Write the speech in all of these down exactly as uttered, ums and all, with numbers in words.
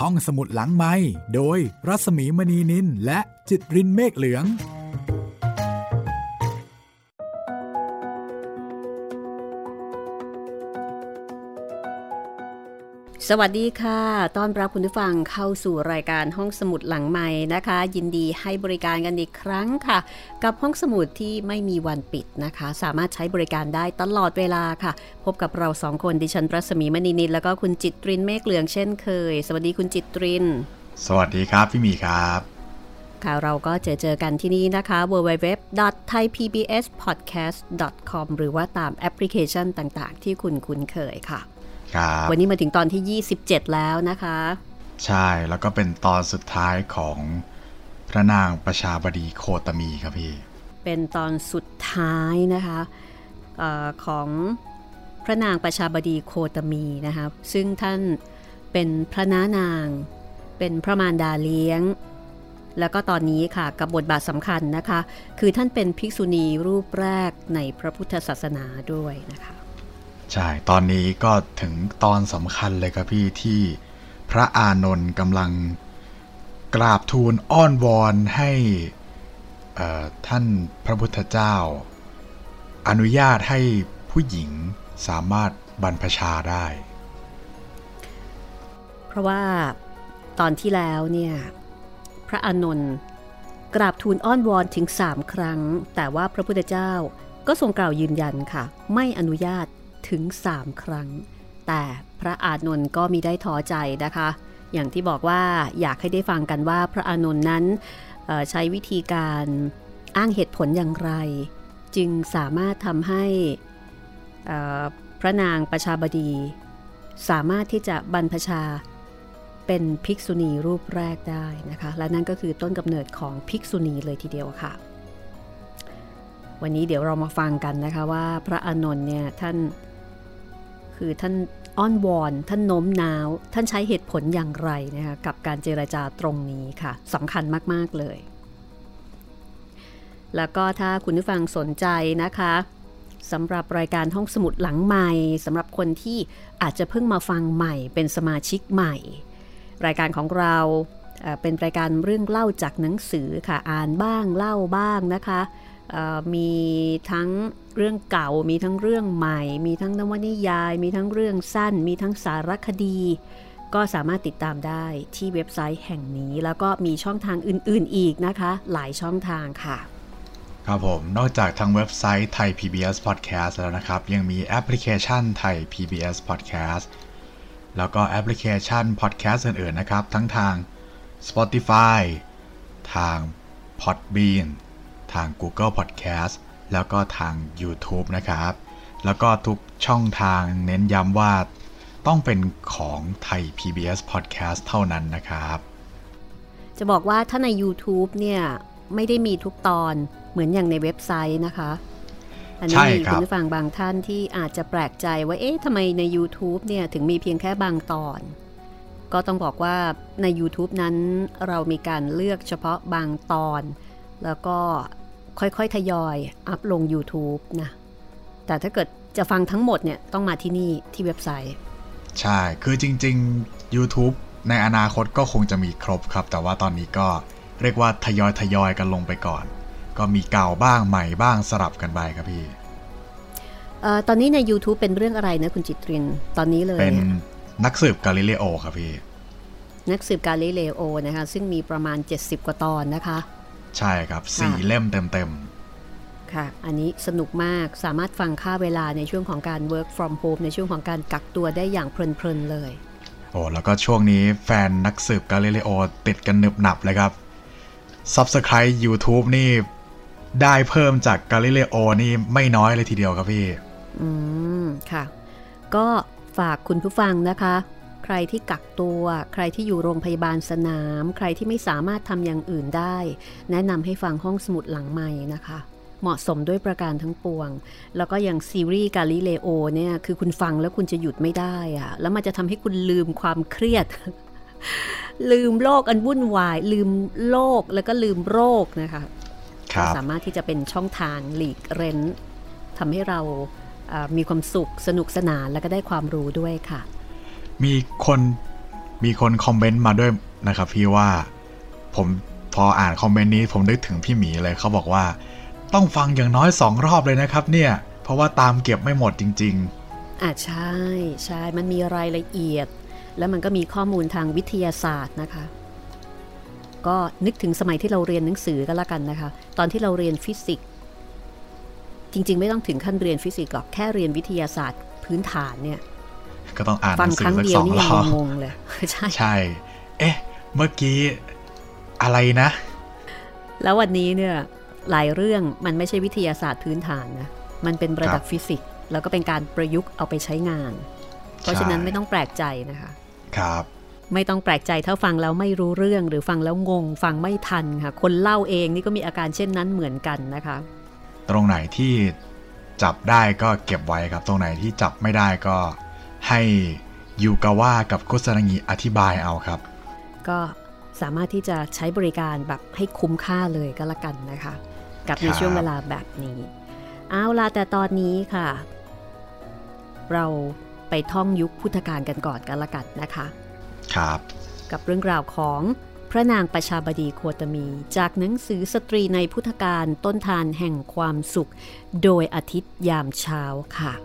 ห้องสมุดหลังไมค์โดยรัศมีมณีนินและจิตรินเมฆเหลืองสวัสดีค่ะต้อนรับคุณผู้ฟังเข้าสู่รายการห้องสมุดหลังไมค์นะคะยินดีให้บริการกันอีกครั้งค่ะกับห้องสมุดที่ไม่มีวันปิดนะคะสามารถใช้บริการได้ตลอดเวลาค่ะพบกับเราสองคนดิฉันรัศมีมณีนินแล้วก็คุณจิตรินเมฆเหลืองเช่นเคยสวัสดีคุณจิตรินสวัสดีครับพี่หมีครับค่ะเราก็เจอเจอกันที่นี่นะคะ ดับเบิลยู ดับเบิลยู ดับเบิลยู ดอท ไทย พี บี เอส พอดแคสต์ ดอท คอม หรือว่าตามแอปพลิเคชันต่างๆที่คุณคุ้นเคยค่ะวันนี้มาถึงตอนที่ยี่สิบเจ็ดแล้วนะคะใช่แล้วก็เป็นตอนสุดท้ายของพระนางประชาบดีโคตมีครับพี่เป็นตอนสุดท้ายนะคะเอ่อของพระนางประชาบดีโคตมีนะคะซึ่งท่านเป็นพระน้านางเป็นพระมารดาเลี้ยงแล้วก็ตอนนี้ค่ะกับบทบาทสำคัญนะคะคือท่านเป็นภิกษุณีรูปแรกในพระพุทธศาสนาด้วยนะคะใช่ตอนนี้ก็ถึงตอนสำคัญเลยครับพี่ที่พระอานนท์กำลังกราบทูลอ้อนวอนให้ท่านพระพุทธเจ้าอนุญาตให้ผู้หญิงสามารถบรรพชาได้เพราะว่าตอนที่แล้วเนี่ยพระอานนท์กราบทูลอ้อนวอนถึงสามครั้งแต่ว่าพระพุทธเจ้าก็ทรงกล่าวยืนยันค่ะไม่อนุญาตถึงสามครั้งแต่พระอานนท์ก็มิได้ท้อใจนะคะอย่างที่บอกว่าอยากให้ได้ฟังกันว่าพระอานนท์นั้นใช้วิธีการอ้างเหตุผลอย่างไรจึงสามารถทำให้พระนางประชาบดีสามารถที่จะบรรพชาเป็นภิกษุณีรูปแรกได้นะคะและนั่นก็คือต้นกำเนิดของภิกษุณีเลยทีเดียวค่ะวันนี้เดี๋ยวเรามาฟังกันนะคะว่าพระอานนท์เนี่ยท่านคือท่านอ้อนวอนท่านโน้มน้าวท่านใช้เหตุผลอย่างไรนะคะกับการเจรจาตรงนี้ค่ะสำคัญมากๆเลยแล้วก็ถ้าคุณผู้ฟังสนใจนะคะสำหรับรายการห้องสมุดหลังใหม่สำหรับคนที่อาจจะเพิ่งมาฟังใหม่เป็นสมาชิกใหม่รายการของเราเป็นรายการเรื่องเล่าจากหนังสือค่ะอ่านบ้างเล่าบ้างนะคะมีทั้งเรื่องเก่ามีทั้งเรื่องใหม่มีทั้งนวนิยายมีทั้งเรื่องสั้นมีทั้งสารคดีก็สามารถติดตามได้ที่เว็บไซต์แห่งนี้แล้วก็มีช่องทางอื่นๆอีกนะคะหลายช่องทางค่ะครับผมนอกจากทางเว็บไซต์ไทย พี บี เอส Podcast แล้วนะครับยังมีแอปพลิเคชันไทย พี บี เอส Podcast แล้วก็แอปพลิเคชัน Podcast อื่นๆนะครับทั้งทาง Spotify ทาง Podbeanทาง Google Podcast แล้วก็ทาง YouTube นะครับแล้วก็ทุกช่องทางเน้นย้ำว่าต้องเป็นของไทย พี บี เอส Podcast เท่านั้นนะครับจะบอกว่าถ้าใน YouTube เนี่ยไม่ได้มีทุกตอนเหมือนอย่างในเว็บไซต์นะคะอันนี้มีคุณผู้ฟังบางท่านที่อาจจะแปลกใจว่าเอ๊ะทำไมใน YouTube เนี่ยถึงมีเพียงแค่บางตอนก็ต้องบอกว่าใน YouTube นั้นเรามีการเลือกเฉพาะบางตอนแล้วก็ค่อยๆทยอยอัพลง YouTube นะแต่ถ้าเกิดจะฟังทั้งหมดเนี่ยต้องมาที่นี่ที่เว็บไซต์ใช่คือจริงๆ YouTube ในอนาคตก็คงจะมีครบครับแต่ว่าตอนนี้ก็เรียกว่าทยอยทยอยกันลงไปก่อนก็มีเก่าบ้างใหม่บ้างสลับกันไปครับพี่เอ่อตอนนี้ใน YouTube เป็นเรื่องอะไรนะคุณจิตรินตอนนี้เลยเป็นนักสืบกาลิเลโอครับพี่นักสืบกาลิเลโอนะคะซึ่งมีประมาณเจ็ดสิบกว่าตอนนะคะใช่ครับสี่เล่มเต็มๆค่ะอันนี้สนุกมากสามารถฟังค่าเวลาในช่วงของการ work from home ในช่วงของการกักตัวได้อย่างเพลินๆเลยโอ้แล้วก็ช่วงนี้แฟนนักสืบกาลิเลโอติดกันหนึบหนับเลยครับ Subscribe YouTube นี่ได้เพิ่มจากกาลิเลโอนี่ไม่น้อยเลยทีเดียวครับพี่อืมค่ะก็ฝากคุณผู้ฟังนะคะใครที่กักตัวใครที่อยู่โรงพยาบาลสนามใครที่ไม่สามารถทำอย่างอื่นได้แนะนำให้ฟังห้องสมุดหลังใหม่นะคะเหมาะสมด้วยประการทั้งปวงแล้วก็อย่างซีรีส์กาลิเลโอเนี่ยคือคุณฟังแล้วคุณจะหยุดไม่ได้อะแล้วมันจะทำให้คุณลืมความเครียด ลืมโลกอันวุ่นวายลืมโลกแล้วก็ลืมโรคนะคะสามารถที่จะเป็นช่องทางหลีกเร้นทำให้เรามีความสุขสนุกสนานแล้วก็ได้ความรู้ด้วยค่ะมีคนมีคนคอมเมนต์มาด้วยนะครับพี่ว่าผมพออ่านคอมเมนต์นี้ผมนึกถึงพี่หมีเลยเขาบอกว่าต้องฟังอย่างน้อยสองรอบเลยนะครับเนี่ยเพราะว่าตามเก็บไม่หมดจริงๆอ่ะใช่ใช่มันมีรายละเอียดแล้วมันก็มีข้อมูลทางวิทยาศาสตร์นะคะก็นึกถึงสมัยที่เราเรียนหนังสือกันละกันนะคะตอนที่เราเรียนฟิสิกส์จริงๆไม่ต้องถึงขั้นเรียนฟิสิกส์หรอกแค่เรียนวิทยาศาสตร์พื้นฐานเนี่ยก็ต้องอ่านหนังสือสักสองรอบฟังครั้งเดียวนี่ยังงงเลยใช่ใช่เอ๊ะเมื่อกี้อะไรนะแล้ววันนี้เนี่ยหลายเรื่องมันไม่ใช่วิทยาศาสตร์พื้นฐานนะมันเป็นระดับฟิสิกส์แล้วก็เป็นการประยุกต์เอาไปใช้งานเพราะฉะนั้นไม่ต้องแปลกใจนะคะครับไม่ต้องแปลกใจถ้าฟังแล้วไม่รู้เรื่องหรือฟังแล้วงงฟังไม่ทันค่ะคนเล่าเองนี่ก็มีอาการเช่นนั้นเหมือนกันนะคะตรงไหนที่จับได้ก็เก็บไว้ครับตรงไหนที่จับไม่ได้ก็ให้ยูกาวะกับกุสนางิอธิบายเอาครับก็สามารถที่จะใช้บริการแบบให้คุ้มค่าเลยก็แล้วกันนะคะกับในช่วงเวลาแบบนี้เอาล่ะแต่ตอนนี้ค่ะเราไปท่องยุคพุทธกาลกันก่อนกันละกันนะคะครับกับเรื่องราวของพระนางประชาบดีโคตมีจากหนังสือสตรีในพุทธกาลต้นทานแห่งความสุขโดยอาทิตย์ยามเช้าค่ะ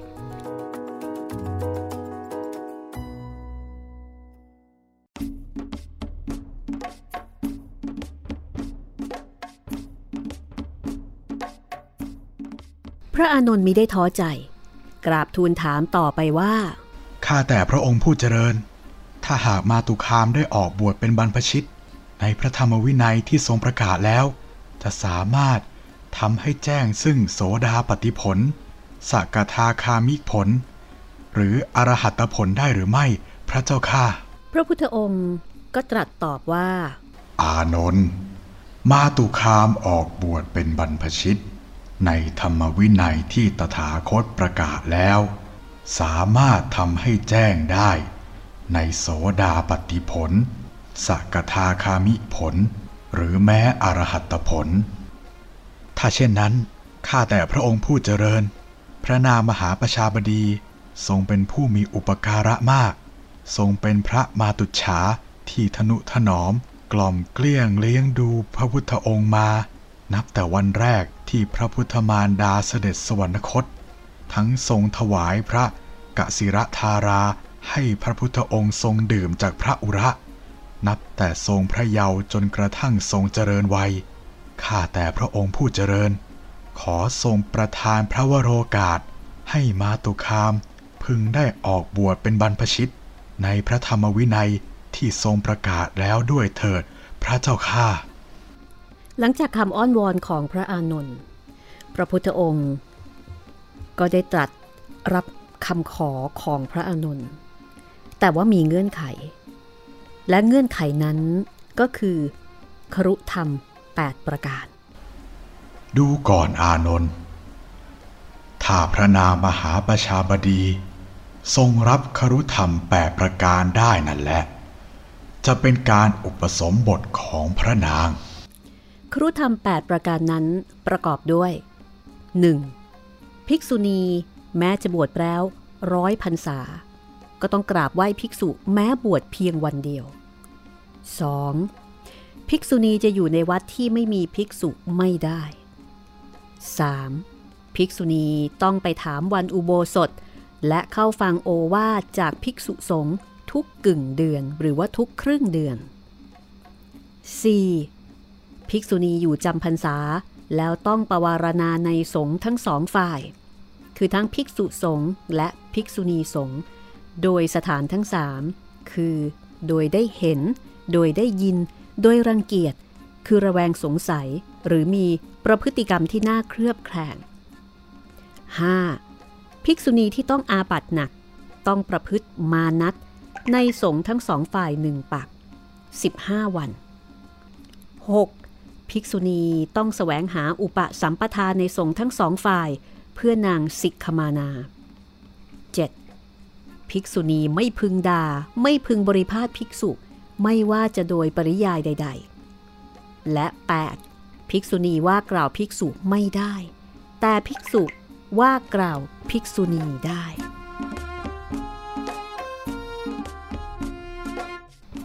พระอานนท์มิได้ท้อใจกราบทูลถามต่อไปว่าข้าแต่พระองค์ผู้เจริญถ้าหากมาตุคามได้ออกบวชเป็นบรรพชิตในพระธรรมวินัยที่ทรงประกาศแล้วจะสามารถทำให้แจ้งซึ่งโสดาปัตติผลสกทาคามิผลหรืออรหัตผลได้หรือไม่พระเจ้าข้าพระพุทธองค์ก็ตรัสตอบว่าอานนท์มาตุคามออกบวชเป็นบรรพชิตในธรรมวินัยที่ตถาคตประกาศแล้วสามารถทำให้แจ้งได้ในโสดาปัตติผลสกทาคามิผลหรือแม้อรหัตผลถ้าเช่นนั้นข้าแต่พระองค์ผู้เจริญพระนามมหาประชาบดีทรงเป็นผู้มีอุปการะมากทรงเป็นพระมาตุจฉาที่ทนุถนอมกล่อมเกลี้ยงเลี้ยงดูพระพุทธองค์มานับแต่วันแรกที่พระพุทธมารดาเสด็จสวรรคตทั้งทรงถวายพระกสิรธาราให้พระพุทธองค์ทรงดื่มจากพระอุระนับแต่ทรงพระเยาว์จนกระทั่งทรงเจริญวัยข้าแต่พระองค์ผู้เจริญขอทรงประทานพระวโรกาสให้มาตุคามพึงได้ออกบวชเป็นบรรพชิตในพระธรรมวินัยที่ทรงประกาศแล้วด้วยเถิดพระเจ้าข้าหลังจากคำอ้อนวอนของพระอานนท์พระพุทธองค์ก็ได้ตรัสรับคำขอของพระอานนท์แต่ว่ามีเงื่อนไขและเงื่อนไขนั้นก็คือครุธรรมแปดประการดูก่อนอานนท์ถ้าพระนามมหาประชาบดีทรงรับครุธรรมแปดประการได้นั่นแหละจะเป็นการอุปสมบทของพระนางครุธรรมแปดประการนั้นประกอบด้วย หนึ่ง. ภิกษุณีแม้จะบวชแล้วร้อยพรรษาก็ต้องกราบไหว้ภิกษุแม้บวชเพียงวันเดียว สอง. ภิกษุณีจะอยู่ในวัดที่ไม่มีภิกษุไม่ได้ สาม. ภิกษุณีต้องไปถามวันอุโบสถและเข้าฟังโอวาทจากภิกษุสงฆ์ทุกกึ่งเดือนหรือว่าทุกครึ่งเดือน สี่. ภิกษุณีอยู่จำพรรษาแล้วต้องปวารณาในสงฆ์ทั้งสองฝ่ายคือทั้งภิกษุสงฆ์และภิกษุณีสงฆ์โดยสถานทั้งสามคือโดยได้เห็นโดยได้ยินโดยรังเกียจคือระแวงสงสัยหรือมีประพฤติกรรมที่น่าเคลือบแคลง ห้า. ภิกษุณีที่ต้องอาบัติหนักต้องประพฤติมานัตในสงฆ์ทั้งสองฝ่ายหนึ่งปักสิบห้าวัน หก. ภิกษุณีต้องแสวงหาอุปสัมปทานในสงฆ์ทั้งสองฝ่ายเพื่อนางสิกขมานา เจ็ด. ภิกษุณีไม่พึงด่าไม่พึงบริพาทภิกษุไม่ว่าจะโดยปริยายใดๆและ แปด. ภิกษุณีว่ากล่าวภิกษุไม่ได้แต่ภิกษุว่ากล่าวภิกษุณีได้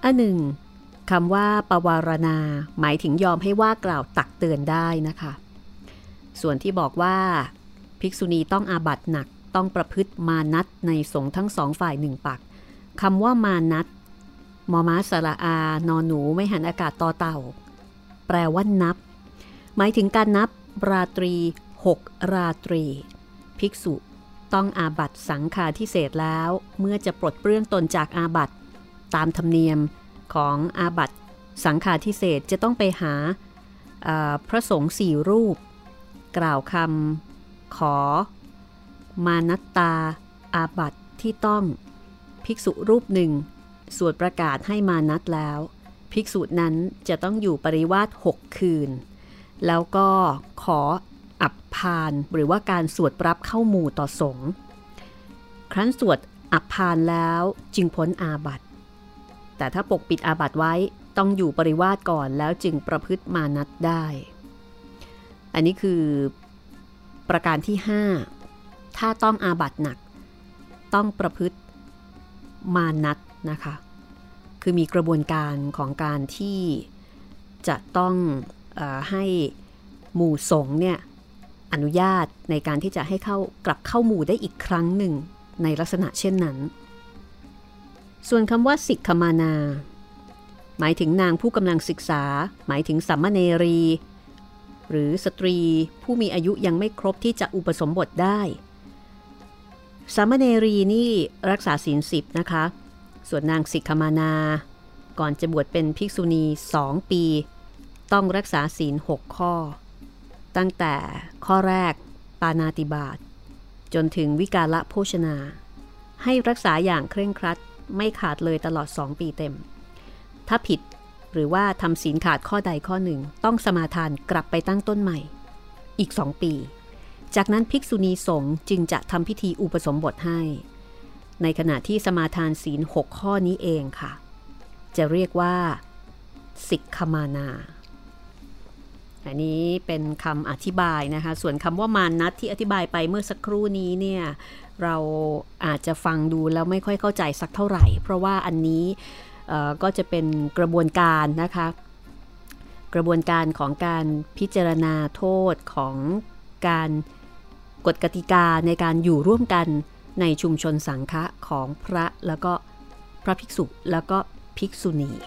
อันหนึ่งคำว่าปวารณาหมายถึงยอมให้ว่ากล่าวตักเตือนได้นะคะส่วนที่บอกว่าภิกษุณีต้องอาบัติหนักต้องประพฤติมานัตในสงฆ์ทั้งสองฝ่ายหนึ่งปักคำว่ามานัตมอม้าสระอานอนหนูไม่หันอากาศต่อเต่าแปลว่านับหมายถึงการนับราตรีหกราตรีภิกษุต้องอาบัติสังฆาทิเศษแล้วเมื่อจะปลดเปลื้องตนจากอาบัติตามธรรมเนียมของอาบัติสังฆาทิเศษจะต้องไปหาพระสงฆ์สี่รูปกล่าวคำขอมานัตตาอาบัติที่ต้องภิกษุรูปหนึ่งสวดประกาศให้มานัตแล้วภิกษุนั้นจะต้องอยู่ปริวาสหกคืนแล้วก็ขออัปพานหรือว่าการสวดรับเข้าหมู่ต่อสงฆ์ครั้นสวดอัปพานแล้วจึงพ้นอาบัติแต่ถ้าปกปิดอาบัติไว้ต้องอยู่ปริวาสก่อนแล้วจึงประพฤติมานัตได้อันนี้คือประการที่ห้าถ้าต้องอาบัติหนักต้องประพฤติมานัตนะคะคือมีกระบวนการของการที่จะต้องเอ่อให้หมู่สงฆ์เนี่ยอนุญาตในการที่จะให้เข้ากลับเข้าหมู่ได้อีกครั้งหนึ่งในลักษณะเช่นนั้นส่วนคำว่าสิกขมานาหมายถึงนางผู้กำลังศึกษาหมายถึงสัมมเนรีหรือสตรีผู้มีอายุยังไม่ครบที่จะอุปสมบทได้สัมมเนรีนี่รักษาศีลสิบนะคะส่วนนางสิกขมานาก่อนจะบวชเป็นภิกษุณีสองปีต้องรักษาศีลหกข้อตั้งแต่ข้อแรกปาณาติบาตจนถึงวิกาลโภชนาให้รักษาอย่างเคร่งครัดไม่ขาดเลยตลอดสองปีเต็มถ้าผิดหรือว่าทำศีลขาดข้อใดข้อหนึ่งต้องสมาทานกลับไปตั้งต้นใหม่อีกสองปีจากนั้นภิกษุณีสงฆ์จึงจะทำพิธีอุปสมบทให้ในขณะที่สมาทานศีลหกข้อนี้เองค่ะจะเรียกว่าสิกขมานาอันนี้เป็นคำอธิบายนะคะส่วนคำว่ามานัตที่อธิบายไปเมื่อสักครู่นี้เนี่ยเราอาจจะฟังดูแล้วไม่ค่อยเข้าใจสักเท่าไหร่เพราะว่าอันนี้ก็จะเป็นกระบวนการนะคะกระบวนการของการพิจารณาโทษของการกฎกติกาในการอยู่ร่วมกันในชุมชนสังฆะของพระแล้วก็พระภิกษุแล้วก็ภิกษุณี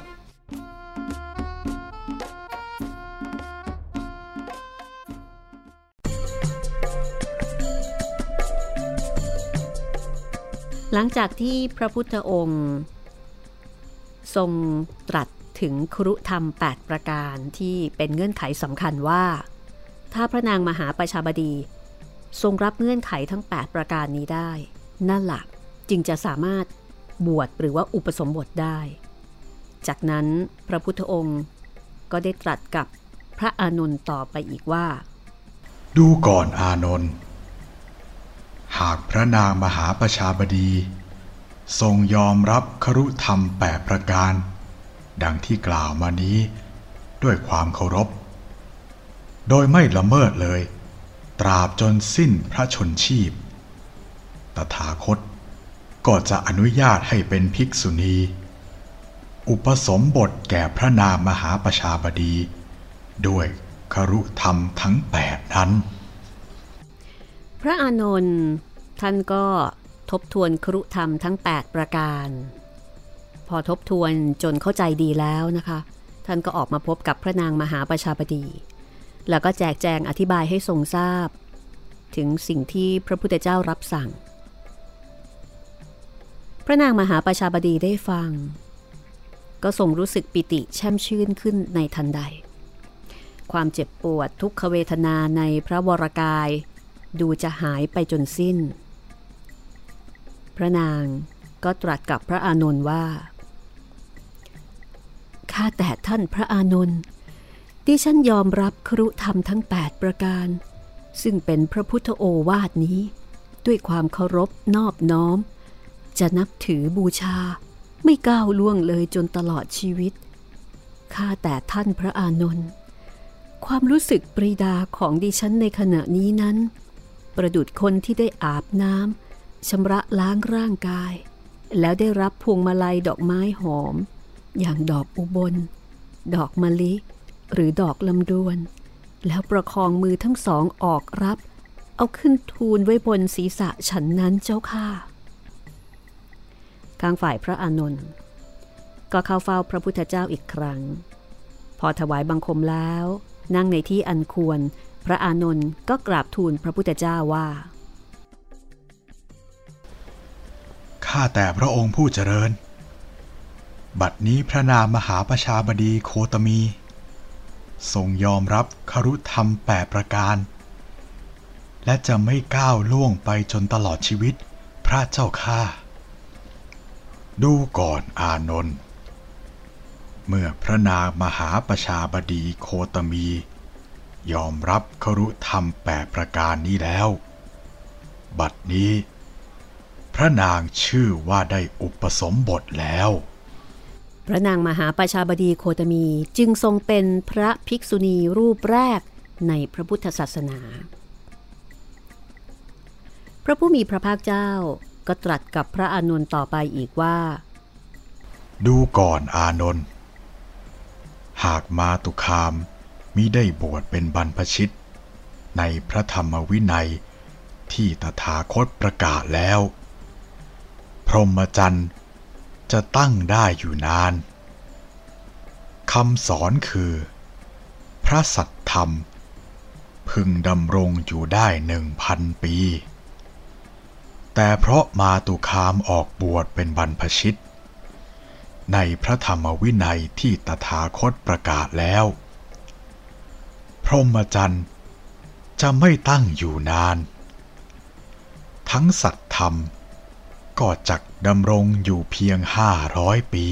หลังจากที่พระพุทธองค์ทรงตรัสถึงครุธรรมแปดประการที่เป็นเงื่อนไขสำคัญว่าถ้าพระนางมหาประชาบดีทรงรับเงื่อนไขทั้งแปดประการนี้ได้นั่นแหละจึงจะสามารถบวชหรือว่าอุปสมบทได้จากนั้นพระพุทธองค์ก็ได้ตรัสกับพระอานนท์ต่อไปอีกว่าดูก่อนอานนท์หากพระนางมหาประชาบดีทรงยอมรับครุธรรมแปดประการดังที่กล่าวมานี้ด้วยความเคารพโดยไม่ละเมิดเลยตราบจนสิ้นพระชนชีพตถาคตก็จะอนุญาตให้เป็นภิกษุณีอุปสมบทแก่พระนางมหาประชาบดีด้วยครุธรรมทั้งแปดนั้นพระอานนท์ท่านก็ทบทวนครุธรรมทั้งแปดประการพอทบทวนจนเข้าใจดีแล้วนะคะท่านก็ออกมาพบกับพระนางมหาประชาบดีแล้วก็แจกแจงอธิบายให้ทรงทราบถึงสิ่งที่พระพุทธเจ้ารับสั่งพระนางมหาประชาบดีได้ฟังก็ทรงรู้สึกปิติแช่มชื่นขึ้นในทันใดความเจ็บปวดทุกขเวทนาในพระวรกายดูจะหายไปจนสิ้นพระนางก็ตรัสกับพระอานนท์ว่าข้าแต่ท่านพระอานนท์ดิฉันยอมรับครุธรรมทั้งแปดประการซึ่งเป็นพระพุทธโอวาทนี้ด้วยความเคารพนอบน้อมจะนับถือบูชาไม่ก้าวล่วงเลยจนตลอดชีวิตข้าแต่ท่านพระอานนท์ความรู้สึกปรีดาของดิฉันในขณะนี้นั้นประดุจคนที่ได้อาบน้ำชำระล้างร่างกายแล้วได้รับพวงมาลัยดอกไม้หอมอย่างดอกอุบลดอกมะลิหรือดอกลำดวนแล้วประคองมือทั้งสองออกรับเอาขึ้นทูลไว้บนศีรษะฉันนั้นเจ้าค่ะข้างฝ่ายพระอานนท์ก็เข้าเฝ้าพระพุทธเจ้าอีกครั้งพอถวายบังคมแล้วนั่งในที่อันควรพระอานนท์ก็กราบทูลพระพุทธเจ้าว่าข้าแต่พระองค์ผู้เจริญบัดนี้พระนามมหาประชาบดีโคตมีทรงยอมรับคฤธรรมแปดประการและจะไม่ก้าวล่วงไปจนตลอดชีวิตพระเจ้าข้าดูก่อนอานนท์เมื่อพระนามมหาประชาบดีโคตมียอมรับคฤธรรมแปดประการนี้แล้วบัดนี้พระนางชื่อว่าได้อุปสมบทแล้วพระนางมหาประชาบดีโคตมีจึงทรงเป็นพระภิกษุณีรูปแรกในพระพุทธศาสนาพระผู้มีพระภาคเจ้าก็ตรัสกับพระอานนท์ต่อไปอีกว่าดูก่อนอานนท์หากมาตุคามมิได้บวชเป็นบรรพชิตในพระธรรมวินัยที่ตถาคตประกาศแล้วพรหมจรรย์จะตั้งได้อยู่นานคำสอนคือพระสัทธรรมพึงดำรงอยู่ได้หนึ่งพันปีแต่เพราะมาตุคามออกบวชเป็นบรรพชิตในพระธรรมวินัยที่ตถาคตประกาศแล้วพรหมจรรย์จะไม่ตั้งอยู่นานทั้งสัตธรรมก็จักดำรงอยู่เพียงห้าร้อยปี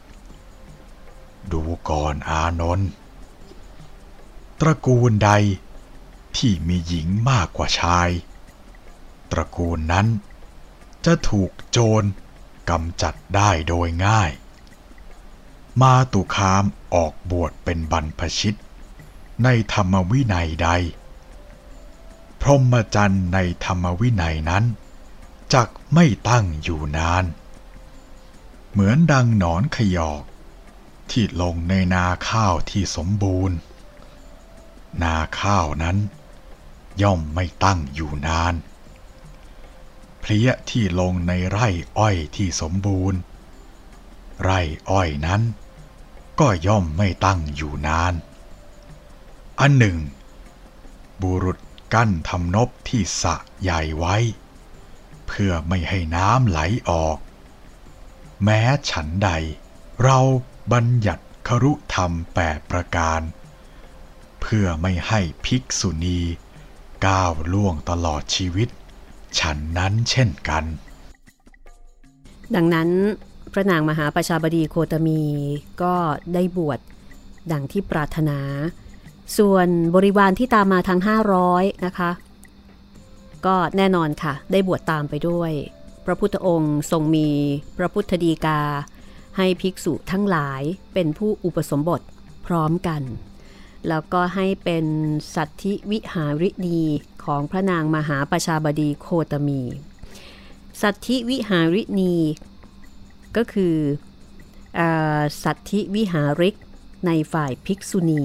ดูก่อนอานนท์ตระกูลใดที่มีหญิงมากกว่าชายตระกูลนั้นจะถูกโจรกำจัดได้โดยง่ายมาตุคามออกบวชเป็นบรรพชิตในธรรมวินัยใดพรหมจรรย์ในธรรมวินัยนั้นจักไม่ตั้งอยู่นานเหมือนดังหนอนขยอกที่ลงในนาข้าวที่สมบูรณ์นาข้าวนั้นย่อมไม่ตั้งอยู่นานเพลี้ยที่ลงในไร่อ้อยที่สมบูรณ์ไร่อ้อยนั้นก็ย่อมไม่ตั้งอยู่นานอันหนึ่งบุรุษกั้นทำนบที่สระใหญ่ไว้เพื่อไม่ให้น้ำไหลออกแม้ฉันใดเราบัญญัติคฤธรรมแปดประการเพื่อไม่ให้ภิกษุณีก้าวล่วงตลอดชีวิตฉันนั้นเช่นกันดังนั้นพระนางมหาประชาบดีโคตมีก็ได้บวชดังที่ปรารถนาส่วนบริวารที่ตามมาทั้งห้าร้อยนะคะก็แน่นอนค่ะได้บวชตามไปด้วยพระพุทธองค์ทรงมีพระพุทธฎีกาให้ภิกษุทั้งหลายเป็นผู้อุปสมบทพร้อมกันแล้วก็ให้เป็นสัทธิวิหาริณีของพระนางมหาประชาบดีโคตมีสัทธิวิหาริณีก็คือสัทธิวิหาริกในฝ่ายภิกษุณี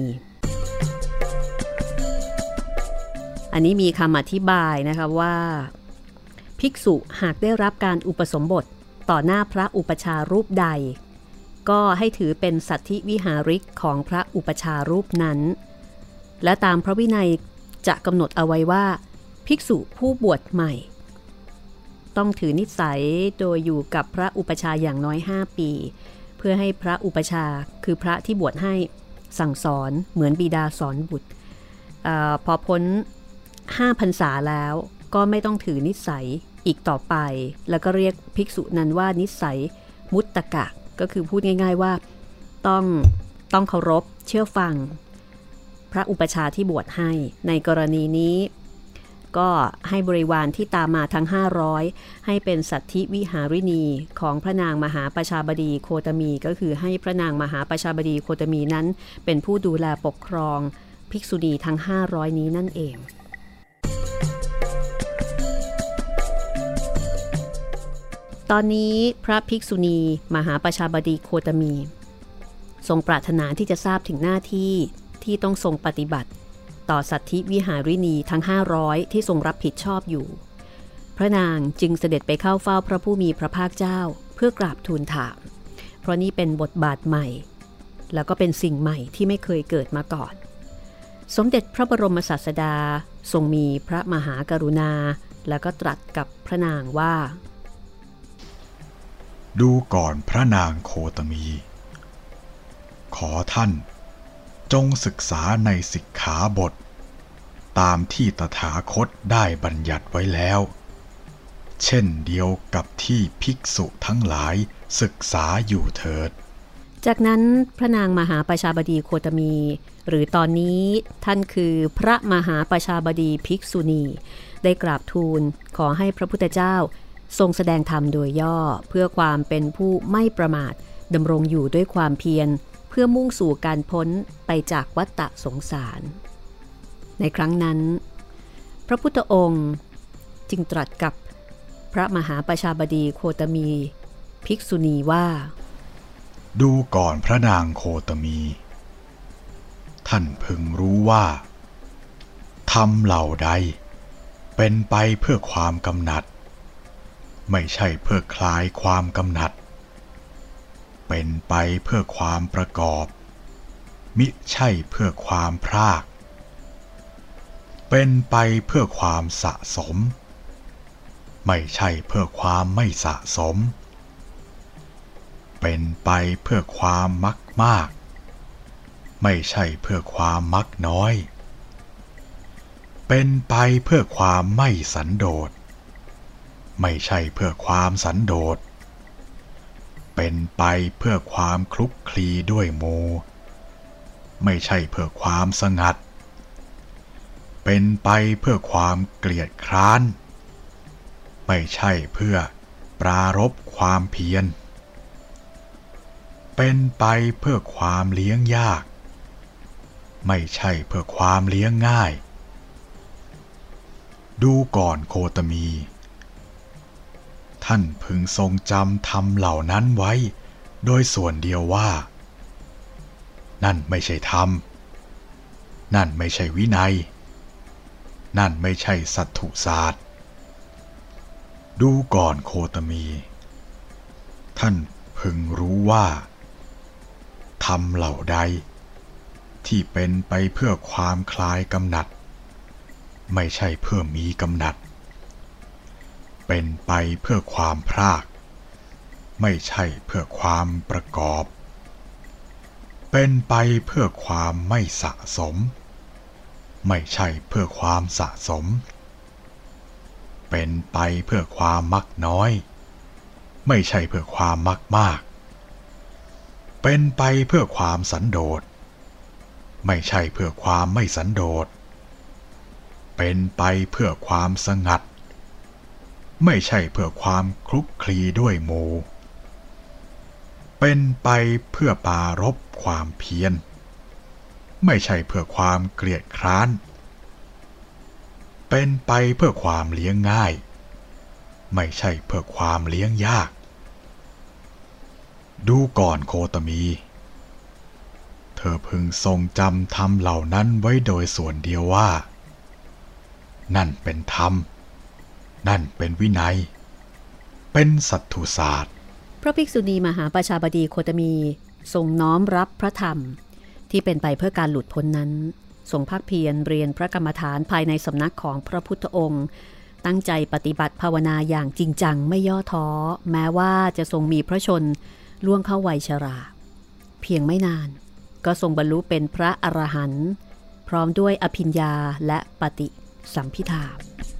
อันนี้มีคำอธิบายนะคะว่าภิกษุหากได้รับการอุปสมบทต่อหน้าพระอุปชารูปใดก็ให้ถือเป็นสัทธิวิหาริกของพระอุปชารูปนั้นและตามพระวินัยจะกำหนดเอาไว้ว่าภิกษุผู้บวชใหม่ต้องถือนิสัยโดยอยู่กับพระอุปชาอย่างน้อยห้าปีเพื่อให้พระอุปชาคือพระที่บวชให้สั่งสอนเหมือนบิดาสอนบุตรเอ่อพอพ้นห้าพรรษาแล้วก็ไม่ต้องถือนิสัยอีกต่อไปแล้วก็เรียกภิกษุนั้นว่านิสัยมุตตกะก็คือพูดง่ายๆว่าต้องต้องเคารพเชื่อฟังพระอุปชาที่บวชให้ในกรณีนี้ก็ให้บริวารที่ตามมาทั้งห้าร้อยให้เป็นสัทธิวิหาริณีของพระนางมหาประชาบดีโคตมีก็คือให้พระนางมหาประชาบดีโคตมีนั้นเป็นผู้ดูแลปกครองภิกษุณีทั้งห้าร้อยนี้นั่นเองตอนนี้พระภิกษุณีมหาประชาบดีโคตมีทรงปรารถนาที่จะทราบถึงหน้าที่ที่ต้องทรงปฏิบัติต่อสัตธิวิหาริณีทั้งห้าร้อยที่ทรงรับผิดชอบอยู่พระนางจึงเสด็จไปเข้าเฝ้าพระผู้มีพระภาคเจ้าเพื่อกราบทูลถามเพราะนี่เป็นบทบาทใหม่แล้วก็เป็นสิ่งใหม่ที่ไม่เคยเกิดมาก่อนสมเด็จพระบรมศาสดาทรงมีพระมหากรุณาแล้วก็ตรัสกับพระนางว่าดูก่อนพระนางโคตมีขอท่านจงศึกษาในสิกขาบทตามที่ตถาคตได้บัญญัติไว้แล้วเช่นเดียวกับที่ภิกษุทั้งหลายศึกษาอยู่เถิดจากนั้นพระนางมหาประชาบดีโคตมีหรือตอนนี้ท่านคือพระมหาประชาบดีภิกษุณีได้กราบทูลขอให้พระพุทธเจ้าทรงแสดงธรรมโดยย่อเพื่อความเป็นผู้ไม่ประมาทดำรงอยู่ด้วยความเพียรเพื่อมุ่งสู่การพ้นไปจากวัฏฏะสงสารในครั้งนั้นพระพุทธองค์จึงตรัสกับพระมหาประชาบดีโคตมีภิกษุณีว่าดูก่อนพระนางโคตมีท่านพึงรู้ว่าธรรมเหล่าใดเป็นไปเพื่อความกำหนัดไม่ใช่เพื่อคลายความกำหนัดเป็นไปเพื่อความประกอบมิใช่เพื่อความพรากเป็นไปเพื่อความสะสมไม่ใช่เพื่อความไม่สะสมเป็นไปเพื่อความมักมากไม่ใช่เพื่อความมักน้อยเป็นไปเพื่อความไม่สันโดษไม่ใช่เพื่อความสันโดษเป็นไปเพื่อความคลุกคลีด้วยหมู่ไม่ใช่เพื่อความสงัดเป็นไปเพื่อความเกลียดคร้านไม่ใช่เพื่อปรารภความเพียรเป็นไปเพื่อความเลี้ยงยากไม่ใช่เพื่อความเลี้ยงง่ายดูก่อนโคตมีท่านพึงทรงจำธรรมเหล่านั้นไว้โดยส่วนเดียวว่านั่นไม่ใช่ธรรมนั่นไม่ใช่วินัยนั่นไม่ใช่สัตถุศาสตร์ดูก่อนโคตมีท่านพึงรู้ว่าธรรมเหล่าใดที่เป็นไปเพื่อความคลายกำหนัดไม่ใช่เพื่อมีกำหนัดเป็นไปเพื่อความพรากไม่ใช่เพื่อความประกอบเป็นไปเพื่อความไม่สะสมไม่ใช่เพื่อความสะสมเป็นไปเพื่อความมักน้อยไม่ใช่เพื่อความมักมากเป็นไปเพื่อความสันโดษไม่ใช่เพื่อความไม่สันโดษเป็นไปเพื่อความสงัดไม่ใช่เพื่อความคลุกคลีด้วยหมู่เป็นไปเพื่อปรารภความเพียรไม่ใช่เพื่อความเกลียดคร้านเป็นไปเพื่อความเลี้ยงง่ายไม่ใช่เพื่อความเลี้ยงยากดูก่อนโคตมีเธอพึงทรงจำธรรมเหล่านั้นไว้โดยส่วนเดียวว่านั่นเป็นธรรมนั่นเป็นวินัยเป็นสัตถุศาสตร์พระภิกษุณีมหาประชาบดีโคตมีทรงน้อมรับพระธรรมที่เป็นไปเพื่อการหลุดพ้นนั้นทรงภาคเพียรเรียนพระกรรมฐานภายในสำนักของพระพุทธองค์ตั้งใจปฏิบัติภาวนาอย่างจริงจังไม่ย่อท้อแม้ว่าจะทรงมีพระชนล่วงเข้าวัยชราเพียงไม่นานก็ทรงบรรลุเป็นพระอรหันต์พร้อมด้วยอภิญญาและปฏิสัมภิทา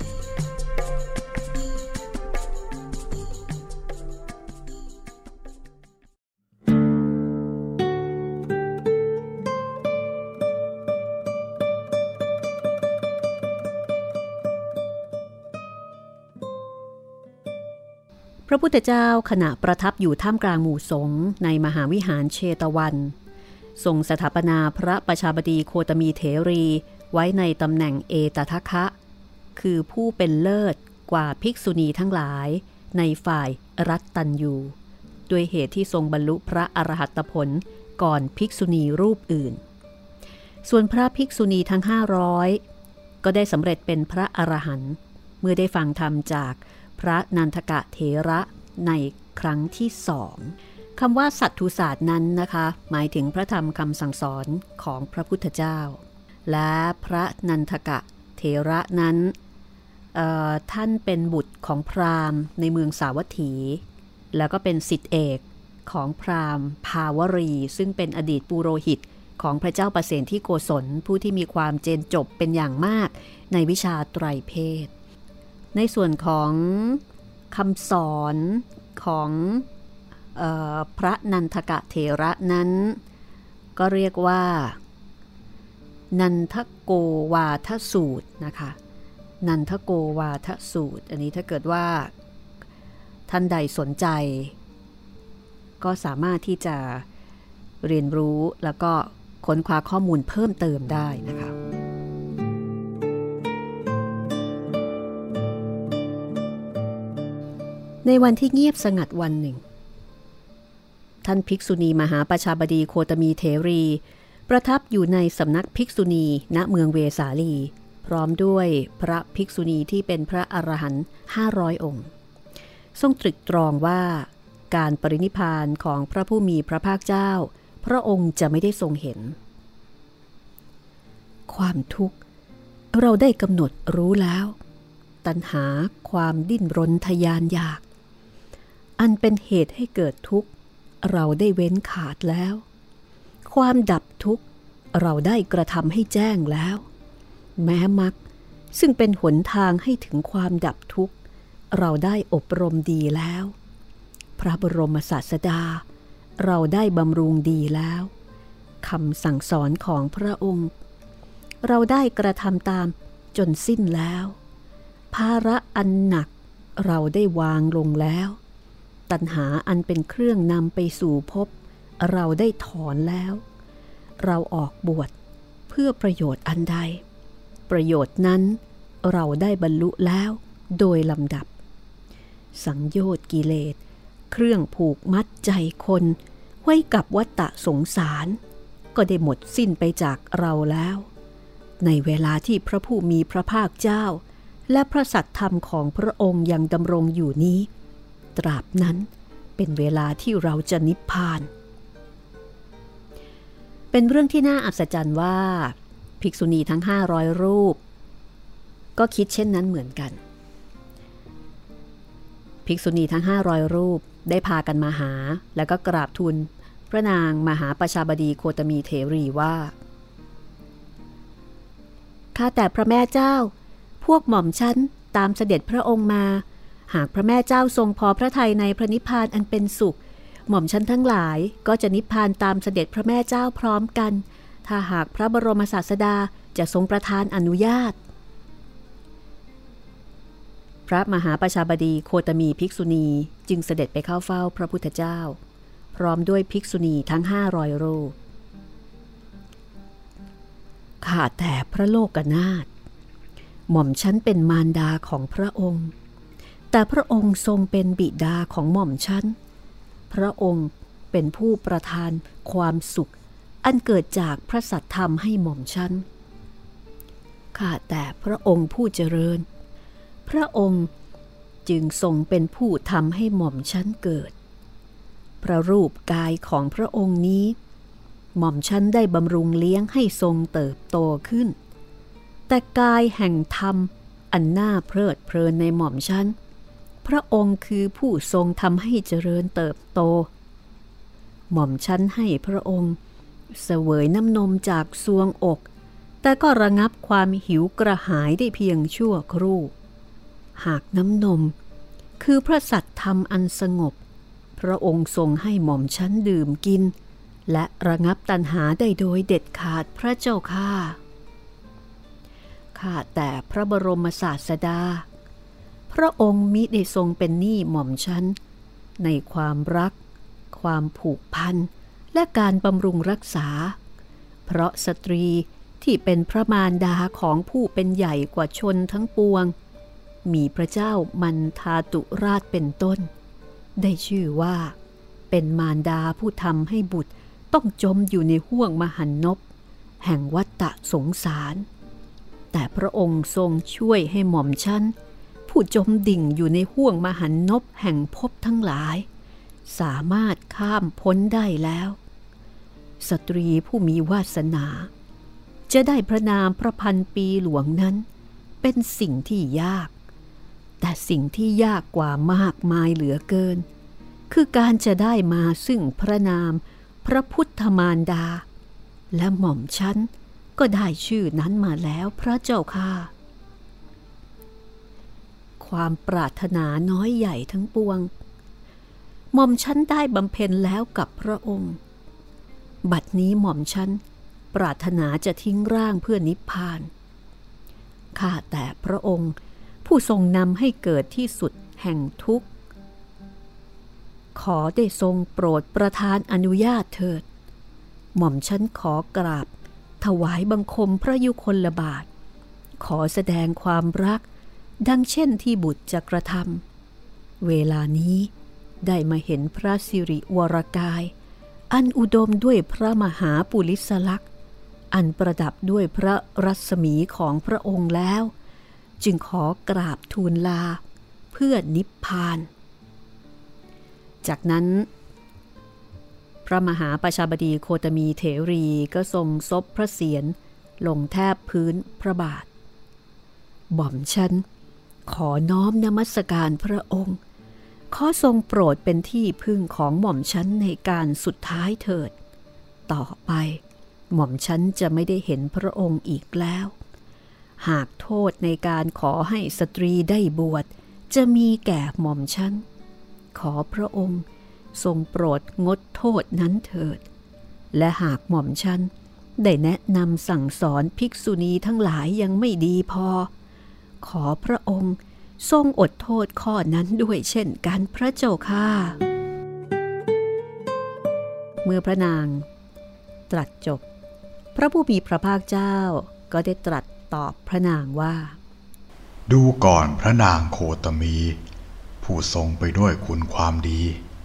พระพุทธเจ้าขณะประทับอยู่ท่ามกลางหมู่สงฆ์ในมหาวิหารเชตวันทรงสถาปนาพระประชาบดีโคตมีเถรีไว้ในตำแหน่งเอตทัคคะคือผู้เป็นเลิศกว่าภิกษุณีทั้งหลายในฝ่ายรัตตัญญูด้วยเหตุที่ทรงบรรลุพระอรหัตผลก่อนภิกษุณีรูปอื่นส่วนพระภิกษุณีทั้งห้าร้อยก็ได้สำเร็จเป็นพระอรหันต์เมื่อได้ฟังธรรมจากพระนันทกะเถระในครั้งที่สองคำว่าสัตถุศาสตร์นั้นนะคะหมายถึงพระธรรมคำสั่งสอนของพระพุทธเจ้าและพระนันทกะเถระนั้นท่านเป็นบุตรของพราหมณ์ในเมืองสาวัตถีแล้วก็เป็นศิษย์เอกของพราหมณ์ภาวรีซึ่งเป็นอดีตปุโรหิตของพระเจ้าประเสนที่โกศลผู้ที่มีความเจนจบเป็นอย่างมากในวิชาไตรเพศในส่วนของคำสอนของเอ่อพระนันทกะเถระนั้นก็เรียกว่านันทโกวาทสูตรนะคะนันทโกวาทสูตรอันนี้ถ้าเกิดว่าท่านใดสนใจก็สามารถที่จะเรียนรู้แล้วก็ค้นคว้าข้อมูลเพิ่มเติมได้นะคะในวันที่เงียบสงัดวันหนึ่งท่านภิกษุณีมหาประชาบดีโคตมีเถรีประทับอยู่ในสำนักภิกษุณีณเมืองเวสาลีพร้อมด้วยพระภิกษุณีที่เป็นพระอรหันต์ห้าร้อยองค์ทรงตรึกตรองว่าการปรินิพพานของพระผู้มีพระภาคเจ้าพระองค์จะไม่ได้ทรงเห็นความทุกข์เราได้กำหนดรู้แล้วตัณหาความดิ้นรนทยานอยากอันเป็นเหตุให้เกิดทุกข์เราได้เว้นขาดแล้วความดับทุกข์เราได้กระทำให้แจ้งแล้วแม้มรรคซึ่งเป็นหนทางให้ถึงความดับทุกข์เราได้อบรมดีแล้วพระบรมศาสดาเราได้บำรุงดีแล้วคำสั่งสอนของพระองค์เราได้กระทำตามจนสิ้นแล้วภาระอันหนักเราได้วางลงแล้วตัณหาอันเป็นเครื่องนำไปสู่ภพเราได้ถอนแล้วเราออกบวชเพื่อประโยชน์อันใดประโยชน์นั้นเราได้บรรลุแล้วโดยลำดับสังโยชน์กิเลสเครื่องผูกมัดใจคนไว้กับวัฏฏะสงสารก็ได้หมดสิ้นไปจากเราแล้วในเวลาที่พระผู้มีพระภาคเจ้าและพระสัตธรรมของพระองค์ยังดำรงอยู่นี้ตราบนั้นเป็นเวลาที่เราจะนิพพานเป็นเรื่องที่น่าอัศจรรย์ว่าภิกษุณีทั้งห้าร้อยรูปก็คิดเช่นนั้นเหมือนกันภิกษุณีทั้งห้าร้อยรูปได้พากันมาหาแล้วก็กราบทูลพระนางมหาประชาบดีโคตมีเถรีว่าข้าแต่พระแม่เจ้าพวกหม่อมชั้นตามเสด็จพระองค์มาหากพระแม่เจ้าทรงพอพระทัยในพระนิพพานอันเป็นสุขหม่อมชั้นทั้งหลายก็จะนิพพานตามเสด็จพระแม่เจ้าพร้อมกันถ้าหากพระบรมศาสดาจะทรงประทานอนุญาตพระมหาประชาบดีโคตมีภิกษุณีจึงเสด็จไปเข้าเฝ้าพระพุทธเจ้าพร้อมด้วยภิกษุณีทั้งห้าร้อยรูปข้าแต่พระโลกนาถหม่อมฉันเป็นมารดาของพระองค์แต่พระองค์ทรงเป็นบิดาของหม่อมฉันพระองค์เป็นผู้ประทานความสุขอันเกิดจากพระสัทธรรมให้หม่อมฉันข้าแต่พระองค์ผู้เจริญพระองค์จึงทรงเป็นผู้ทำให้หม่อมฉันเกิดพระรูปกายของพระองค์นี้หม่อมฉันได้บำรุงเลี้ยงให้ทรงเติบโตขึ้นแต่กายแห่งธรรมอันน่าเพลิดเพลินในหม่อมฉันพระองค์คือผู้ทรงทำให้เจริญเติบโตหม่อมฉันให้พระองค์เสวยน้ำนมจากซวงอกแต่ก็ระงับความหิวกระหายได้เพียงชั่วครู่หากน้ำนมคือพระสัตธรรมอันสงบพระองค์ทรงให้หม่อมฉันดื่มกินและระงับตัณหาได้โดยเด็ดขาดพระเจ้าข้าข้าแต่พระบรมศาสดาพระองค์มิได้ทรงเป็นหนี้หม่อมฉันในความรักความผูกพันและการบำรุงรักษาเพราะสตรีที่เป็นพระมารดาของผู้เป็นใหญ่กว่าชนทั้งปวงมีพระเจ้ามันทาตุราชเป็นต้นได้ชื่อว่าเป็นมารดาผู้ทำให้บุตรต้องจมอยู่ในห้วงมหันนบแห่งวัฏสงสารแต่พระองค์ทรงช่วยให้หม่อมฉันผู้จมดิ่งอยู่ในห้วงมหันนบแห่งภพทั้งหลายสามารถข้ามพ้นได้แล้วสตรีผู้มีวาสนาจะได้พระนามพระพันปีหลวงนั้นเป็นสิ่งที่ยากแต่สิ่งที่ยากกว่ามากมายเหลือเกินคือการจะได้มาซึ่งพระนามพระพุทธมารดาและหม่อมฉันก็ได้ชื่อนั้นมาแล้วพระเจ้าค่ะความปรารถนาน้อยใหญ่ทั้งปวงหม่อมฉันได้บำเพ็ญแล้วกับพระองค์บัดนี้หม่อมฉันปรารถนาจะทิ้งร่างเพื่อนิพพานข้าแต่พระองค์ผู้ทรงนำให้เกิดที่สุดแห่งทุกข์ขอได้ทรงโปรดประทานอนุญาตเถิดหม่อมฉันขอกราบถวายบังคมพระยุคลบาทขอแสดงความรักดังเช่นที่บุตรจะกระทำเวลานี้ได้มาเห็นพระสิริวรกายอันอุดมด้วยพระมหาปุริสลักษณ์อันประดับด้วยพระรัศมีของพระองค์แล้วจึงขอกราบทูลลาเพื่อนิพพานจากนั้นพระมหาประชาบดีโคตมีเถรีก็ทรงซบพระเศียรลงแทบพื้นพระบาทหม่อมฉันขอน้อมนมัสการพระองค์ขอทรงโปรดเป็นที่พึ่งของหม่อมฉันในการสุดท้ายเถิดต่อไปหม่อมฉันจะไม่ได้เห็นพระองค์อีกแล้วหากโทษในการขอให้สตรีได้บวชจะมีแก่หม่อมฉันขอพระองค์ทรงโปรดงดโทษนั้นเถิดและหากหม่อมฉันได้แนะนำสั่งสอนภิกษุณีทั้งหลายยังไม่ดีพอขอพระองค์ทรงอดโทษข้อนั้นด้วยเช่นกันพระเจ้าค่ะเมื่อพระนางตรัสจบพระผู้มีพระภาคเจ้าก็ได้ตรัสตอบพระนางว่าดูก่อนพระนางโคตมีผู้ทรงไปด้วยคุณความดี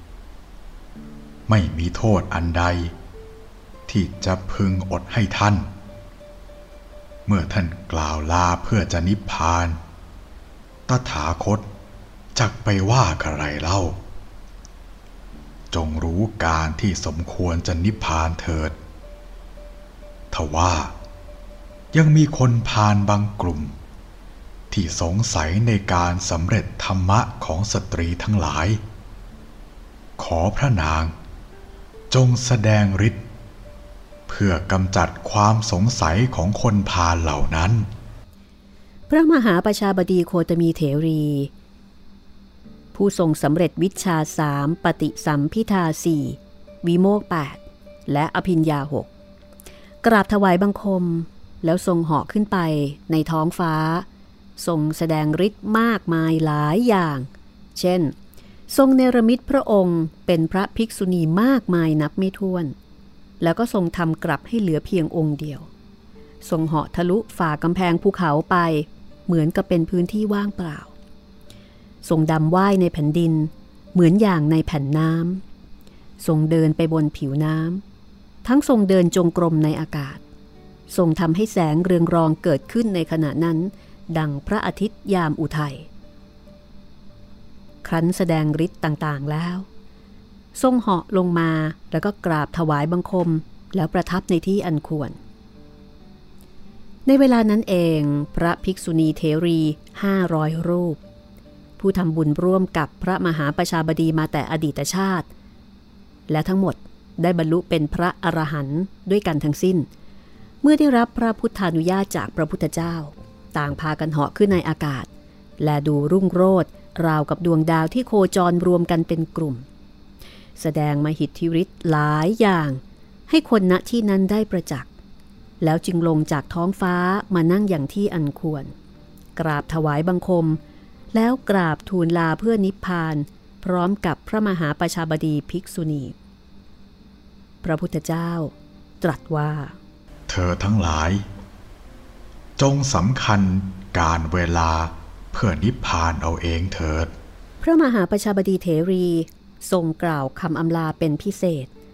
ไม่มีโทษอันใดที่จะพึงอดให้ท่านเมื่อท่านกล่าวลาเพื่อจะนิพพานตถาคตจักไปว่าอะไรเล่าจงรู้การที่สมควรจะนิพพานเถิดทว่ายังมีคนพาลบางกลุ่มที่สงสัยในการสำเร็จธรรมะของสตรีทั้งหลายขอพระนางจงแสดงฤทธิ์เพื่อกำจัดความสงสัยของคนพาลเหล่านั้นพระมหาประชาบดีโคตมีเถรีผู้ทรงสำเร็จวิชชาสามปฏิสัมภิทาสี่วิโมกข์แปดและอภิญญาหกกราบถวายบังคมแล้วทรงเหาะขึ้นไปในท้องฟ้าทรงแสดงฤทธิ์มากมายหลายอย่างเช่นทรงเนรมิตพระองค์เป็นพระภิกษุณีมากมายนับไม่ถ้วนแล้วก็ทรงทำกลับให้เหลือเพียงองค์เดียวทรงเหาะทะลุฝ่ากำแพงภูเขาไปเหมือนกับเป็นพื้นที่ว่างเปล่าทรงดำว่ายในแผ่นดินเหมือนอย่างในแผ่นน้ำทรงเดินไปบนผิวน้ำทั้งทรงเดินจงกรมในอากาศทรงทำให้แสงเรืองรองเกิดขึ้นในขณะนั้นดังพระอาทิตย์ยามอุทัยครั้นแสดงฤทธิ์ต่างๆแล้วทรงเหาะลงมาแล้วก็กราบถวายบังคมแล้วประทับในที่อันควรในเวลานั้นเองพระภิกษุณีเถรีห้าร้อยรูปผู้ทำบุญร่วมกับพระมหาประชาบดีมาแต่อดีตชาติและทั้งหมดได้บรรลุเป็นพระอรหันต์ด้วยกันทั้งสิ้นเมื่อได้รับพระพุทธานุญาตจากพระพุทธเจ้าต่างพากันเหาะขึ้นในอากาศและดูรุ่งโรจน์ราวกับดวงดาวที่โคจรรวมกันเป็นกลุ่มแสดงมหิทธิฤทธิ์หลายอย่างให้คนณที่นั้นได้ประจักษ์แล้วจึงลงจากท้องฟ้ามานั่งอย่างที่อันควรกราบถวายบังคมแล้วกราบทูลลาเพื่อนิพพานพร้อมกับพระมหาประชาบดีภิกษุณีพระพุทธเจ้าตรัสว่าเธอทั้งหลายจงสำคัญการเวลาเพื่อนิพพานเอาเองเถิดพระมหาประชาบดีเถรีทรงกล่าวคำอำลาเป็นพิเศษ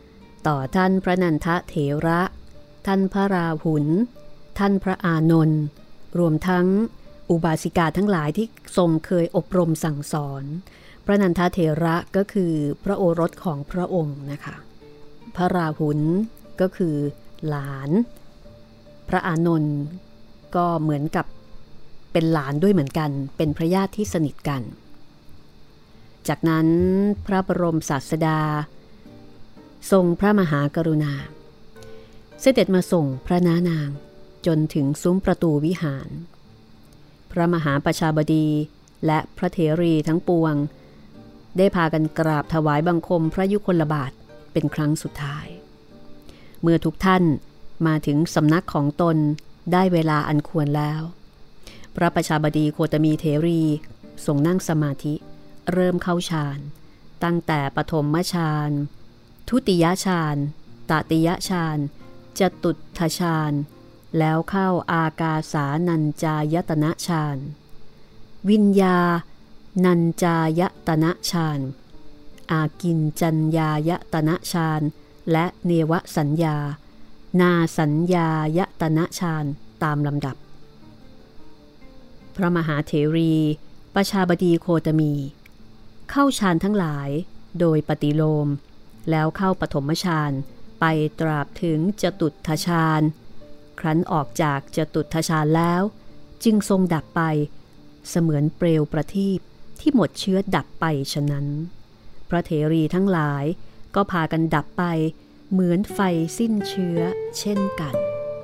ต่อท่านพระนันทเถระท่านพระราหุลท่านพระอานนท์รวมทั้งอุบาสิกาทั้งหลายที่ทรงเคยอบรมสั่งสอนพระนันทเถระก็คือพระโอรสของพระองค์นะคะพระราหุลก็คือหลานพระอานนท์ก็เหมือนกับเป็นหลานด้วยเหมือนกันเป็นพระญาติที่สนิทกันจากนั้นพระบรมศาสดาทรงพระมหากรุณาเสด็จมาส่งพระนานางจนถึงซุ้มประตูวิหารพระมหาประชาบดีและพระเถรีทั้งปวงได้พากันกราบถวายบังคมพระยุคลบาทเป็นครั้งสุดท้ายเมื่อทุกท่านมาถึงสำนักของตนได้เวลาอันควรแล้วพระประชาบดีโคตมีเถรีทรงนั่งสมาธิเริ่มเข้าฌานตั้งแต่ปฐมฌานทุติยฌานตติยฌานจตุตถฌานแล้วเข้าอากาสานัญจายตนะฌานวิญญานัญจายตนะฌานอากินจัญญายตนะฌานและเนวสัญญานาสัญญายตนะฌานตามลำดับพระมหาเถรีประชาบดีโคตมีเข้าฌานทั้งหลายโดยปฏิโลมแล้วเข้าปฐมฌานไปตราบถึงจตุตถฌานครั้นออกจากจตุตถฌานแล้วจึงทรงดับไปเสมือนเปลวประทีปที่หมดเชื้อดับไปฉะนั้นพระเถรีทั้งหลายก็พากันดับไปเหมือนไฟสิ้นเชื้อเช่นกัน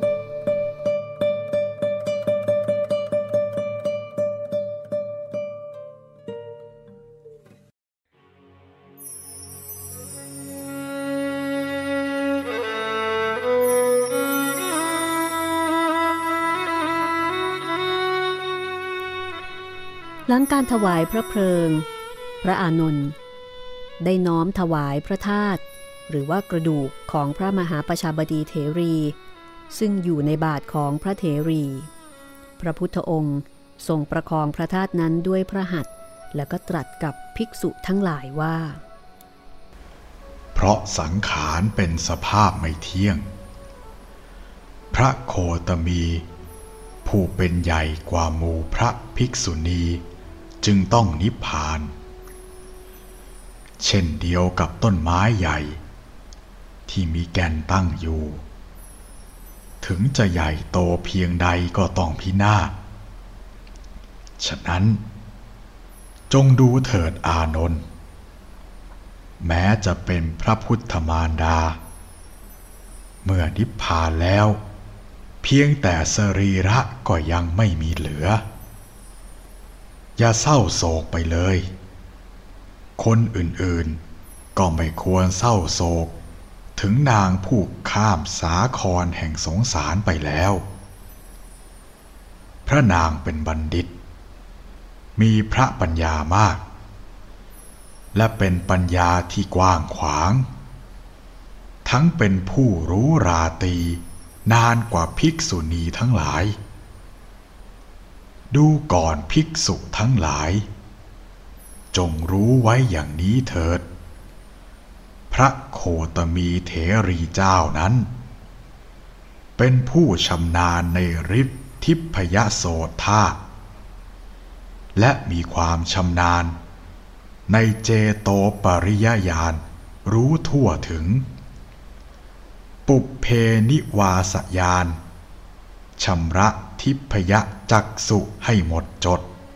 หลังการถวายพระเพลิงพระอานนท์ได้น้อมถวายพระธาตุหรือว่ากระดูกของพระมหาประชาบดีเถรีซึ่งอยู่ในบาทของพระเถรีพระพุทธองค์ทรงประคองพระธาตุนั้นด้วยพระหัตถ์แล้วก็ตรัสกับภิกษุทั้งหลายว่าเพราะสังขารเป็นสภาพไม่เที่ยงพระโคตมีผู้เป็นใหญ่กว่าหมู่พระภิกษุณีจึงต้องนิพพานเช่นเดียวกับต้นไม้ใหญ่ที่มีแก่นตั้งอยู่ถึงจะใหญ่โตเพียงใดก็ต้องพินาศฉะนั้นจงดูเถิดอานนท์แม้จะเป็นพระพุทธมารดาเมื่อนิพพานแล้วเพียงแต่สรีระก็ยังไม่มีเหลืออย่าเศร้าโศกไปเลยคนอื่นๆก็ไม่ควรเศร้าโศกถึงนางผู้ข้ามสาครแห่งสงสารไปแล้วพระนางเป็นบัณฑิตมีพระปัญญามากและเป็นปัญญาที่กว้างขวางทั้งเป็นผู้รู้ราตรีนานกว่าภิกษุณีทั้งหลายดูก่อนภิกษุทั้งหลายจงรู้ไว้อย่างนี้เถิดพระโคตมีเถรีเจ้านั้นเป็นผู้ชำนาญในฤทธิทิพยโสธาและมีความชำนาญในเจโตปริยญาณรู้ทั่วถึงปุพเพนิวาสญาณชำระทิพยจักษุให้หมดจด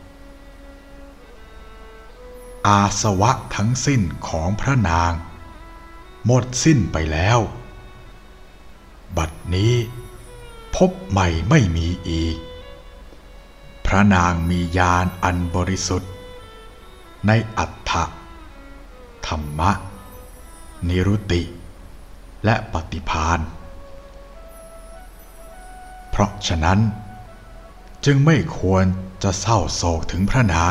อาสวะทั้งสิ้นของพระนางหมดสิ้นไปแล้วบัดนี้พบใหม่ไม่มีอีกพระนางมีญาณอันบริสุทธิ์ในอัตถะธรรมะนิรุตติและปฏิภาณเพราะฉะนั้นจึงไม่ควรจะเศร้าโศกถึงพระนาง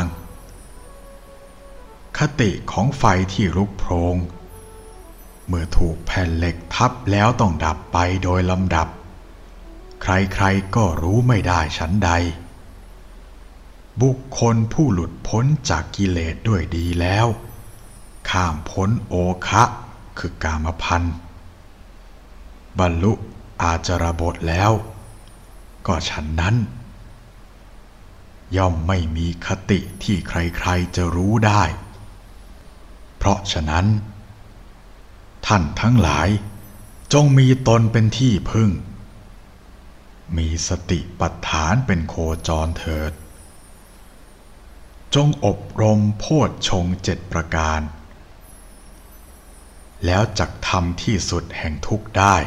คติของไฟที่ลุกโพลงเมื่อถูกแผ่นเหล็กทับแล้วต้องดับไปโดยลำดับใครๆก็รู้ไม่ได้ฉันใดบุคคลผู้หลุดพ้นจากกิเลสด้วยดีแล้วข้ามพ้นโอคะคือกามพันธ์บรรลุอาจารบทแล้วก็ฉันนั้นย่อมไม่มีคติที่ใครๆจะรู้ได้เพราะฉะนั้นท่านทั้งหลายจงมีตนเป็นที่พึ่งมีสติปัฏฐานเป็นโคจรเถิดจงอบรมโพชฌงค์เจ็ดประการแล้วจักทำที่สุดแห่งทุกข์ได้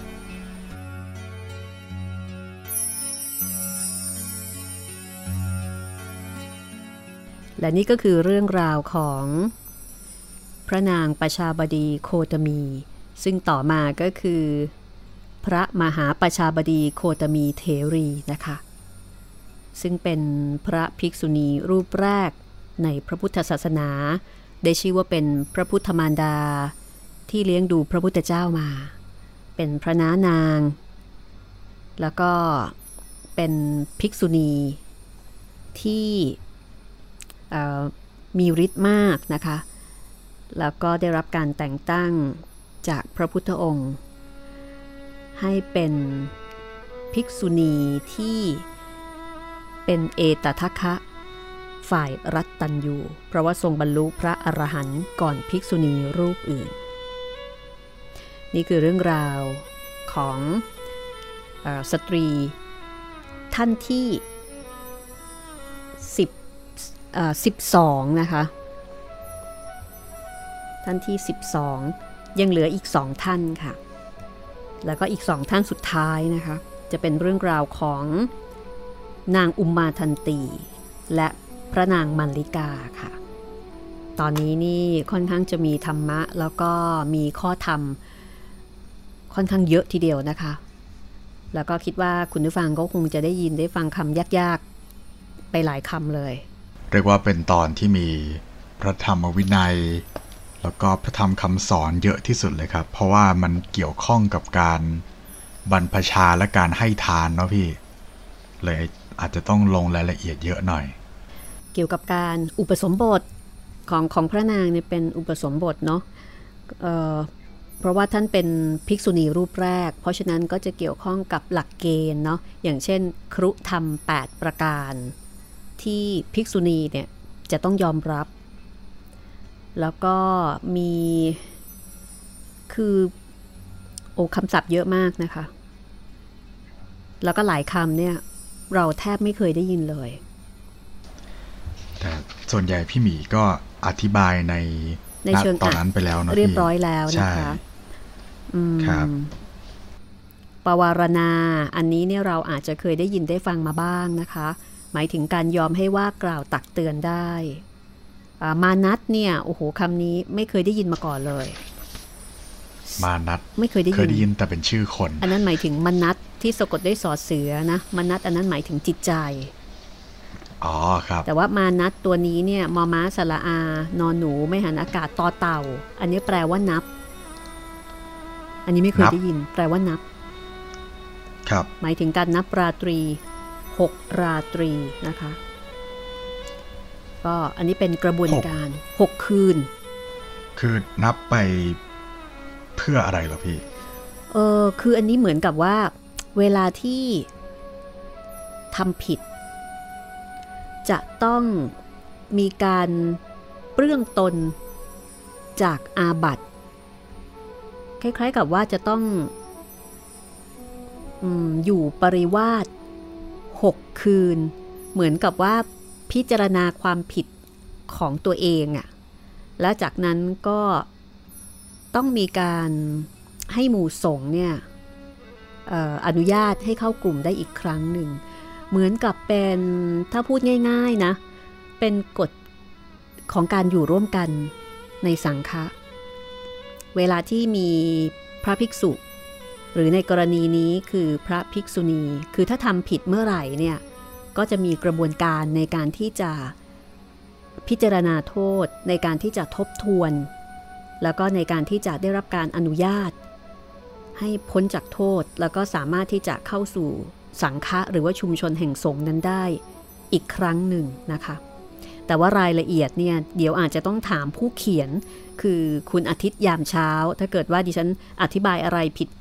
และนี่ก็คือเรื่องราวของพระนางประชาบดีโคตมีซึ่งต่อมาก็คือพระมหาประชาบดีโคตมีเถรีนะคะซึ่งเป็นพระภิกษุณีรูปแรกในพระพุทธศาสนาได้ชื่อว่าเป็นพระพุทธมารดาที่เลี้ยงดูพระพุทธเจ้ามาเป็นพระน้านางแล้วก็เป็นภิกษุณีที่มีฤทธิ์มากนะคะแล้วก็ได้รับการแต่งตั้งจากพระพุทธองค์ให้เป็นภิกษุณีที่เป็นเอตทัคคะฝ่ายรัตตัญญูเพราะว่าทรงบรรลุพระอรหันต์ก่อนภิกษุณีรูปอื่นนี่คือเรื่องราวของเอ่อสตรีท่านที่สิบเอ่อสิบสองนะคะท่านที่สิบสองยังเหลืออีกสองท่านค่ะแล้วก็อีกสองท่านสุดท้ายนะคะจะเป็นเรื่องราวของนางอุมมาทันตีและพระนางมัลลิกาค่ะตอนนี้นี่ค่อนข้างจะมีธรรมะแล้วก็มีข้อธรรมค่อนข้างเยอะทีเดียวนะคะแล้วก็คิดว่าคุณผู้ฟังก็คงจะได้ยินได้ฟังคำยากๆไปหลายคำเลยเรียกว่าเป็นตอนที่มีพระธรรมวินัยแล้วก็พระธรรมคำสอนเยอะที่สุดเลยครับเพราะว่ามันเกี่ยวข้องกับการบรรพชาและการให้ทานเนาะพี่เลยอาจจะต้องลงรายละเอียดเยอะหน่อยเกี่ยวกับการอุปสมบทของของพระนางเนี่ยเป็นอุปสมบทเนาะ เอ่อ เพราะว่าท่านเป็นภิกษุณีรูปแรกเพราะฉะนั้นก็จะเกี่ยวข้องกับหลักเกณฑ์เนาะอย่างเช่นครุธรรมแปดประการที่ภิกษุณีเนี่ยจะต้องยอมรับแล้วก็มีคือโอ้คำศัพท์เยอะมากนะคะแล้วก็หลายคำเนี่ยเราแทบไม่เคยได้ยินเลยแต่ส่วนใหญ่พี่หมีก็อธิบายในในเชิงตอนนั้นไปแล้วนะเรียบร้อยแล้วนะคะครับปวารณาอันนี้เนี่ยเราอาจจะเคยได้ยินได้ฟังมาบ้างนะคะหมายถึงการยอมให้ว่ากล่าวตักเตือนได้มานัตเนี่ยโอ้โหคำนี้ไม่เคยได้ยินมาก่อนเลยมานัตไม่เคยได้ยินเคยได้ยินแต่เป็นชื่อคนอันนั้นหมายถึงมนัตที่สะกดด้วยสอเสือนะมนัตอันนั้นหมายถึงจิตใจอ๋อครับแต่ว่ามานัตตัวนี้เนี่ยมอม้าสระอานอนหนูไม่หันอากาศตอเต่าอันนี้แปลว่านับอันนี้ไม่เคยได้ยินแปลว่านับครับหมายถึงการนับราตรีหกราตรีนะคะก็อันนี้เป็นกระบวนการหกคืนคือนับไปเพื่ออะไรเหรอพี่เออคืออันนี้เหมือนกับว่าเวลาที่ทำผิดจะต้องมีการเปลื้องตนจากอาบัติคล้ายๆกับว่าจะต้องอืมอยู่ปริวาสหกคืนเหมือนกับว่าพิจารณาความผิดของตัวเองอะแล้วจากนั้นก็ต้องมีการให้หมู่สงฆ์เนี่ยเอ่ออนุญาตให้เข้ากลุ่มได้อีกครั้งหนึ่งเหมือนกับเป็นถ้าพูดง่ายๆนะเป็นกฎของการอยู่ร่วมกันในสังฆะเวลาที่มีพระภิกษุหรือในกรณีนี้คือพระภิกษุณีคือถ้าทำผิดเมื่อไหร่เนี่ยก็จะมีกระบวนการในการที่จะพิจารณาโทษในการที่จะทบทวนแล้วก็ในการที่จะได้รับการอนุญาตให้พ้นจากโทษแล้วก็สามารถที่จะเข้าสู่สังฆะหรือว่าชุมชนแห่งสงฆ์นั้นได้อีกครั้งหนึ่งนะคะแต่ว่ารายละเอียดเนี่ยเดี๋ยวอาจจะต้องถามผู้เขียนคือคุณอาทิตย์ยามเช้าถ้าเกิดว่าดิฉันอธิบายอะไรผิด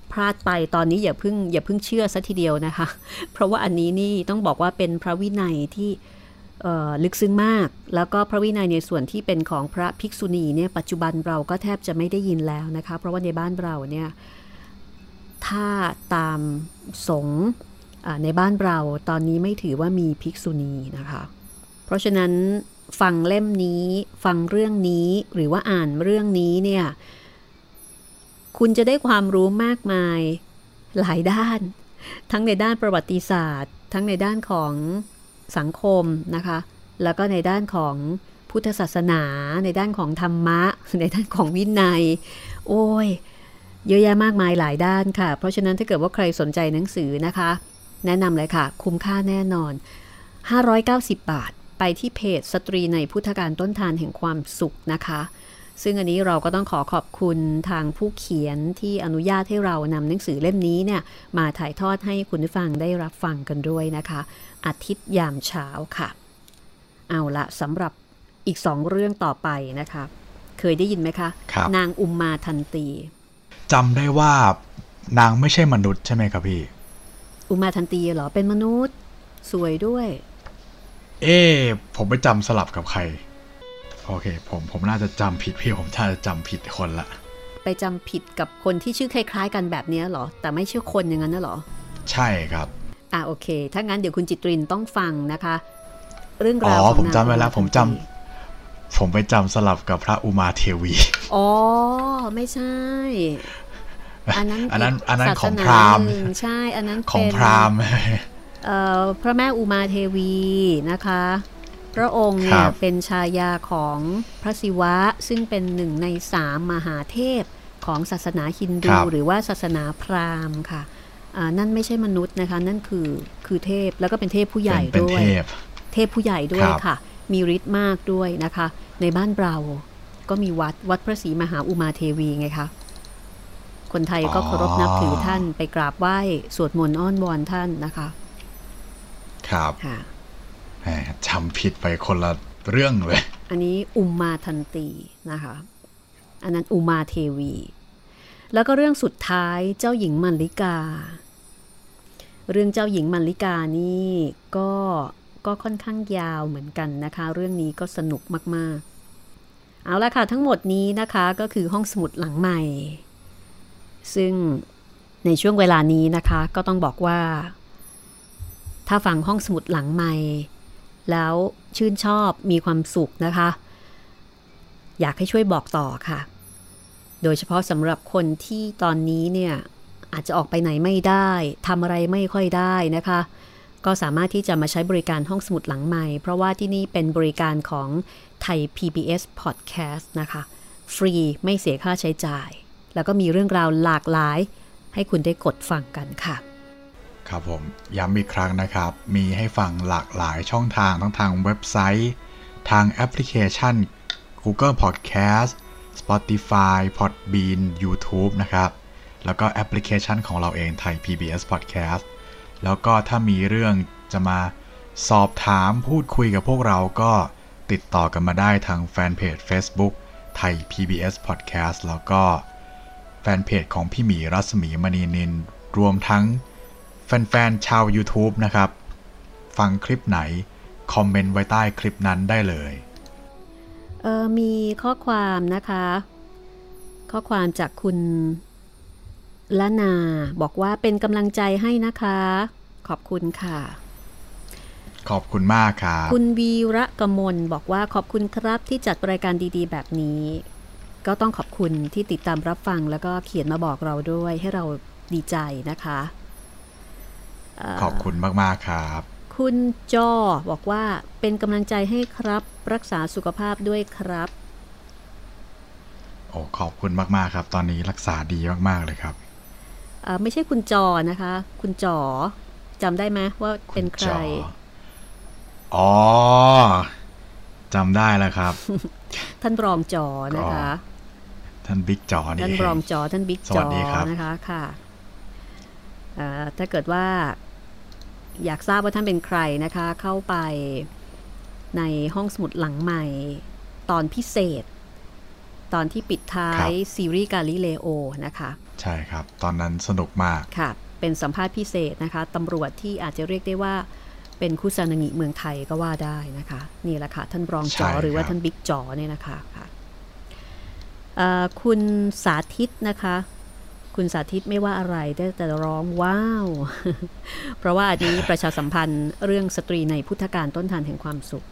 พลาดไปตอนนี้อย่าเพิ่งอย่าเพิ่งเชื่อซะทีเดียวนะคะเพราะว่าอันนี้นี่ต้องบอกว่าเป็นพระวินัยที่ลึกซึ้งมากแล้วก็พระวินัยในส่วนที่เป็นของพระภิกษุณีเนี่ยปัจจุบันเราก็แทบจะไม่ได้ยินแล้วนะคะเพราะว่าในบ้านเราเนี่ยถ้าตามสงฆ์ในบ้านเราตอนนี้ไม่ถือว่ามีภิกษุณีนะคะเพราะฉะนั้นฟังเล่มนี้ฟังเรื่องนี้หรือว่าอ่านเรื่องนี้เนี่ยคุณจะได้ความรู้มากมายหลายด้านทั้งในด้านประวัติศาสตร์ทั้งในด้านของสังคมนะคะแล้วก็ในด้านของพุทธศาสนาในด้านของธรรมะในด้านของวินัยโอ้ยเยอะแยะมากมายหลายด้านค่ะเพราะฉะนั้นถ้าเกิดว่าใครสนใจหนังสือนะคะแนะนำเลยค่ะคุ้มค่าแน่นอนห้าร้อยเก้าสิบบาทไปที่เพจสตรีในพุทธการต้นทานแห่งความสุขนะคะซึ่งอันนี้เราก็ต้องขอขอบคุณทางผู้เขียนที่อนุญาตให้เรานำหนังสือเล่มนี้เนี่ยมาถ่ายทอดให้คุณผู้ฟังได้รับฟังกันด้วยนะคะอาทิตย์ยามเช้าค่ะเอาละสำหรับอีกสองเรื่องต่อไปนะคะเคยได้ยินไหมคะนางอุมมาทันตีจำได้ว่านางไม่ใช่มนุษย์ใช่ไหมครับพี่อุมมาทันตีเหรอเป็นมนุษย์สวยด้วยเอ๊ะผมไปจำสลับกับใครโอเคผมผมน่าจะจำผิดพี่ผมน่าจะจำผิดคนละไปจำผิดกับคนที่ชื่อคล้ายๆกันแบบนี้เหรอแต่ไม่ใช่คนอย่างนั้นนะเหรอใช่ครับอ่ะโอเคถ้างั้นเดี๋ยวคุณจิตรินต้องฟังนะคะเรื่องราวของอ๋อผมจำไว้แล้วผมจำผมไปจำสลับกับพระอุมาเทวีอ๋อไม่ใช่อันนั้นอันนั้นอันนั้นของพราหมณ์ใช่อันนั้นของพราหมณ์เอ่อพระแม่อุมาเทวีนะคะพระองค์เนี่ยเป็นชายาของพระศิวะซึ่งเป็นหนึ่งในสามมหาเทพของศาสนาฮินดูหรือว่าศาสนาพราหมณ์ค่ะอ่านั่นไม่ใช่มนุษย์นะคะนั่นคือคือเทพแล้วก็เป็นเทพผู้ใหญ่ด้วยเทพผู้ใหญ่ด้วยค่ะมีฤทธิ์มากด้วยนะคะในบ้านเราก็มีวัดวัดพระศรีมหาอุมาเทวีไงคะคนไทยก็เคารพนับถือท่านไปกราบไหว้สวดมนต์อ้อนวอนท่านนะคะครับค่ะจำผิดไปคนละเรื่องเลยอันนี้อุมมาทันตีนะคะอันนั้นอุมาเทวีแล้วก็เรื่องสุดท้ายเจ้าหญิงมัลลิกาเรื่องเจ้าหญิงมัลลิกานี่ก็ก็ค่อนข้างยาวเหมือนกันนะคะเรื่องนี้ก็สนุกมากๆเอาละค่ะทั้งหมดนี้นะคะก็คือห้องสมุดหลังใหม่ซึ่งในช่วงเวลานี้นะคะก็ต้องบอกว่าถ้าฟังห้องสมุดหลังใหม่แล้วชื่นชอบมีความสุขนะคะอยากให้ช่วยบอกต่อค่ะโดยเฉพาะสำหรับคนที่ตอนนี้เนี่ยอาจจะออกไปไหนไม่ได้ทำอะไรไม่ค่อยได้นะคะก็สามารถที่จะมาใช้บริการห้องสมุดหลังใหม่เพราะว่าที่นี่เป็นบริการของไทย พี บี เอส Podcast นะคะฟรีไม่เสียค่าใช้จ่ายแล้วก็มีเรื่องราวหลากหลายให้คุณได้กดฟังกันค่ะครับผมย้ำอีกครั้งนะครับมีให้ฟังหลากหลายช่องทางทั้งทางเว็บไซต์ทางแอปพลิเคชัน Google Podcast Spotify Podbean YouTube นะครับแล้วก็แอปพลิเคชันของเราเองไทย พี บี เอส Podcast แล้วก็ถ้ามีเรื่องจะมาสอบถามพูดคุยกับพวกเราก็ติดต่อกันมาได้ทางแฟนเพจ Facebook ไทย พี บี เอส Podcast แล้วก็แฟนเพจของพี่หมีรัศมีมณีนินรวมทั้งแฟนๆชาว YouTube นะครับฟังคลิปไหนคอมเมนต์ไว้ใต้คลิปนั้นได้เลยเออมีข้อความนะคะข้อความจากคุณละนาบอกว่าเป็นกำลังใจให้นะคะขอบคุณค่ะขอบคุณมากครับคุณวีระกมลบอกว่าขอบคุณครับที่จัดรายการดีๆแบบนี้ก็ต้องขอบคุณที่ติดตามรับฟังแล้วก็เขียนมาบอกเราด้วยให้เราดีใจนะคะขอบคุณมากๆครับคุณจอบอกว่าเป็นกำลังใจให้ครับรักษาสุขภาพด้วยครับโอ้ขอบคุณมากๆครับตอนนี้รักษาดีมากๆเลยครับไม่ใช่คุณจอนะคะคุณจอจำได้ไหมว่าเป็นใครอ๋อจำได้แล้วครับท่านรองจอนะคะท่านบิ๊กจอนี่ท่านรองจอท่านบิ๊กจอนะคะค่ะถ้าเกิดว่าอยากทราบว่าท่านเป็นใครนะคะเข้าไปในห้องสมุดหลังใหม่ตอนพิเศษตอนที่ปิดท้ายซีรีส์กาลิเลโอนะคะใช่ครับตอนนั้นสนุกมากค่ะเป็นสัมภาษณ์พิเศษนะคะตำรวจที่อาจจะเรียกได้ว่าเป็นคุซานางิเมืองไทยก็ว่าได้นะคะนี่แหละค่ะท่านรองจอหรือว่าท่านบิ๊กจอเนี่ยนะคะค่ะคุณสาธิตนะคะคุณสาธิตไม่ว่าอะไรได้แต่ร้องว้าวเพราะว่าอันนี้ประชาสัมพันธ์เรื่องสตรีในพุทธกาลต้นทานแห่งความสุข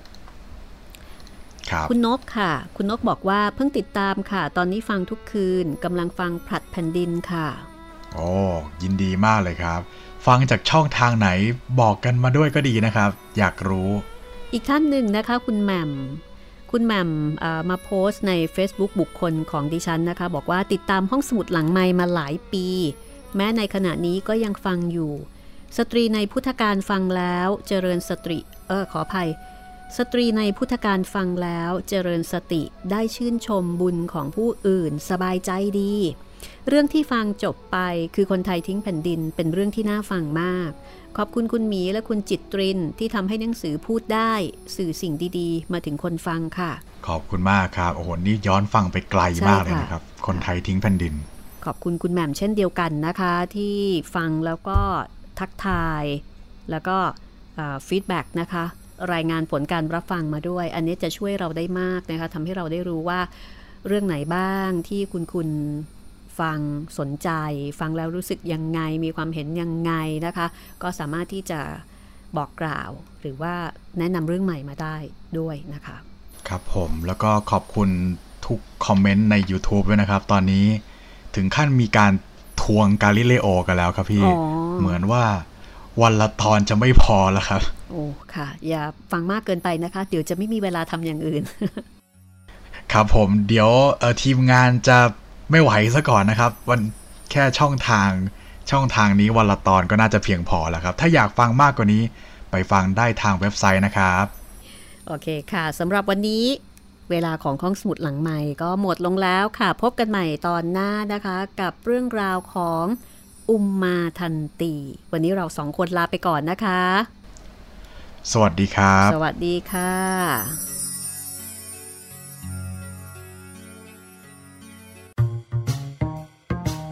คุณนกค่ะคุณนกบอกว่าเพิ่งติดตามค่ะตอนนี้ฟังทุกคืนกำลังฟังผลัดแผ่นดินค่ะโอ้ยินดีมากเลยครับฟังจากช่องทางไหนบอกกันมาด้วยก็ดีนะครับอยากรู้อีกท่านหนึ่งนะคะคุณแหม่มคุณแหม่มมาโพสต์ใน Facebook บุคคลของดิฉันนะคะบอกว่าติดตามห้องสมุดหลังไมค์มาหลายปีแม้ในขณะนี้ก็ยังฟังอยู่สตรีในพุทธกาลฟังแล้วเจริญสตรีเออขออภัยสตรีในพุทธกาลฟังแล้วเจริญสติได้ชื่นชมบุญของผู้อื่นสบายใจดีเรื่องที่ฟังจบไปคือคนไทยทิ้งแผ่นดินเป็นเรื่องที่น่าฟังมากขอบคุณคุณหมีและคุณจิตรินที่ทำให้หนังสือพูดได้สื่อสิ่งดีๆมาถึงคนฟังค่ะขอบคุณมากครับโอ้โหนี่ย้อนฟังไปไกลมากเลยนะครับคนไทยทิ้งแผ่นดินขอบคุณคุณแหม่มเช่นเดียวกันนะคะที่ฟังแล้วก็ทักทายแล้วก็ฟีดแบ็กนะคะรายงานผลการรับฟังมาด้วยอันนี้จะช่วยเราได้มากนะคะทำให้เราได้รู้ว่าเรื่องไหนบ้างที่คุณคุณฟังสนใจฟังแล้วรู้สึกยังไงมีความเห็นยังไงนะคะก็สามารถที่จะบอกกล่าวหรือว่าแนะนำเรื่องใหม่มาได้ด้วยนะคะครับผมแล้วก็ขอบคุณทุกคอมเมนต์ใน YouTube ด้วยนะครับตอนนี้ถึงขั้นมีการทวงกาลิเลโอกันแล้วครับพี่เหมือนว่าวันละตอนจะไม่พอแล้วครับโอ้ค่ะอย่าฟังมากเกินไปนะคะเดี๋ยวจะไม่มีเวลาทำอย่างอื่นครับผมเดี๋ยวเอ่อทีมงานจะไม่ไหวซะก่อนนะครับวันแค่ช่องทางช่องทางนี้วันละตอนก็น่าจะเพียงพอแล้วครับถ้าอยากฟังมากกว่านี้ไปฟังได้ทางเว็บไซต์นะครับโอเคค่ะสำหรับวันนี้เวลาของห้องสมุดหลังใหม่ก็หมดลงแล้วค่ะพบกันใหม่ตอนหน้านะคะกับเรื่องราวของอุมมาทันตีวันนี้เราสองคนลาไปก่อนนะคะสวัสดีครับสวัสดีค่ะ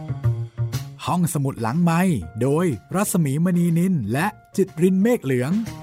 ห้องสมุดหลังไมค์โดยรัศมีมณีนินและจิตรินเมฆเหลือง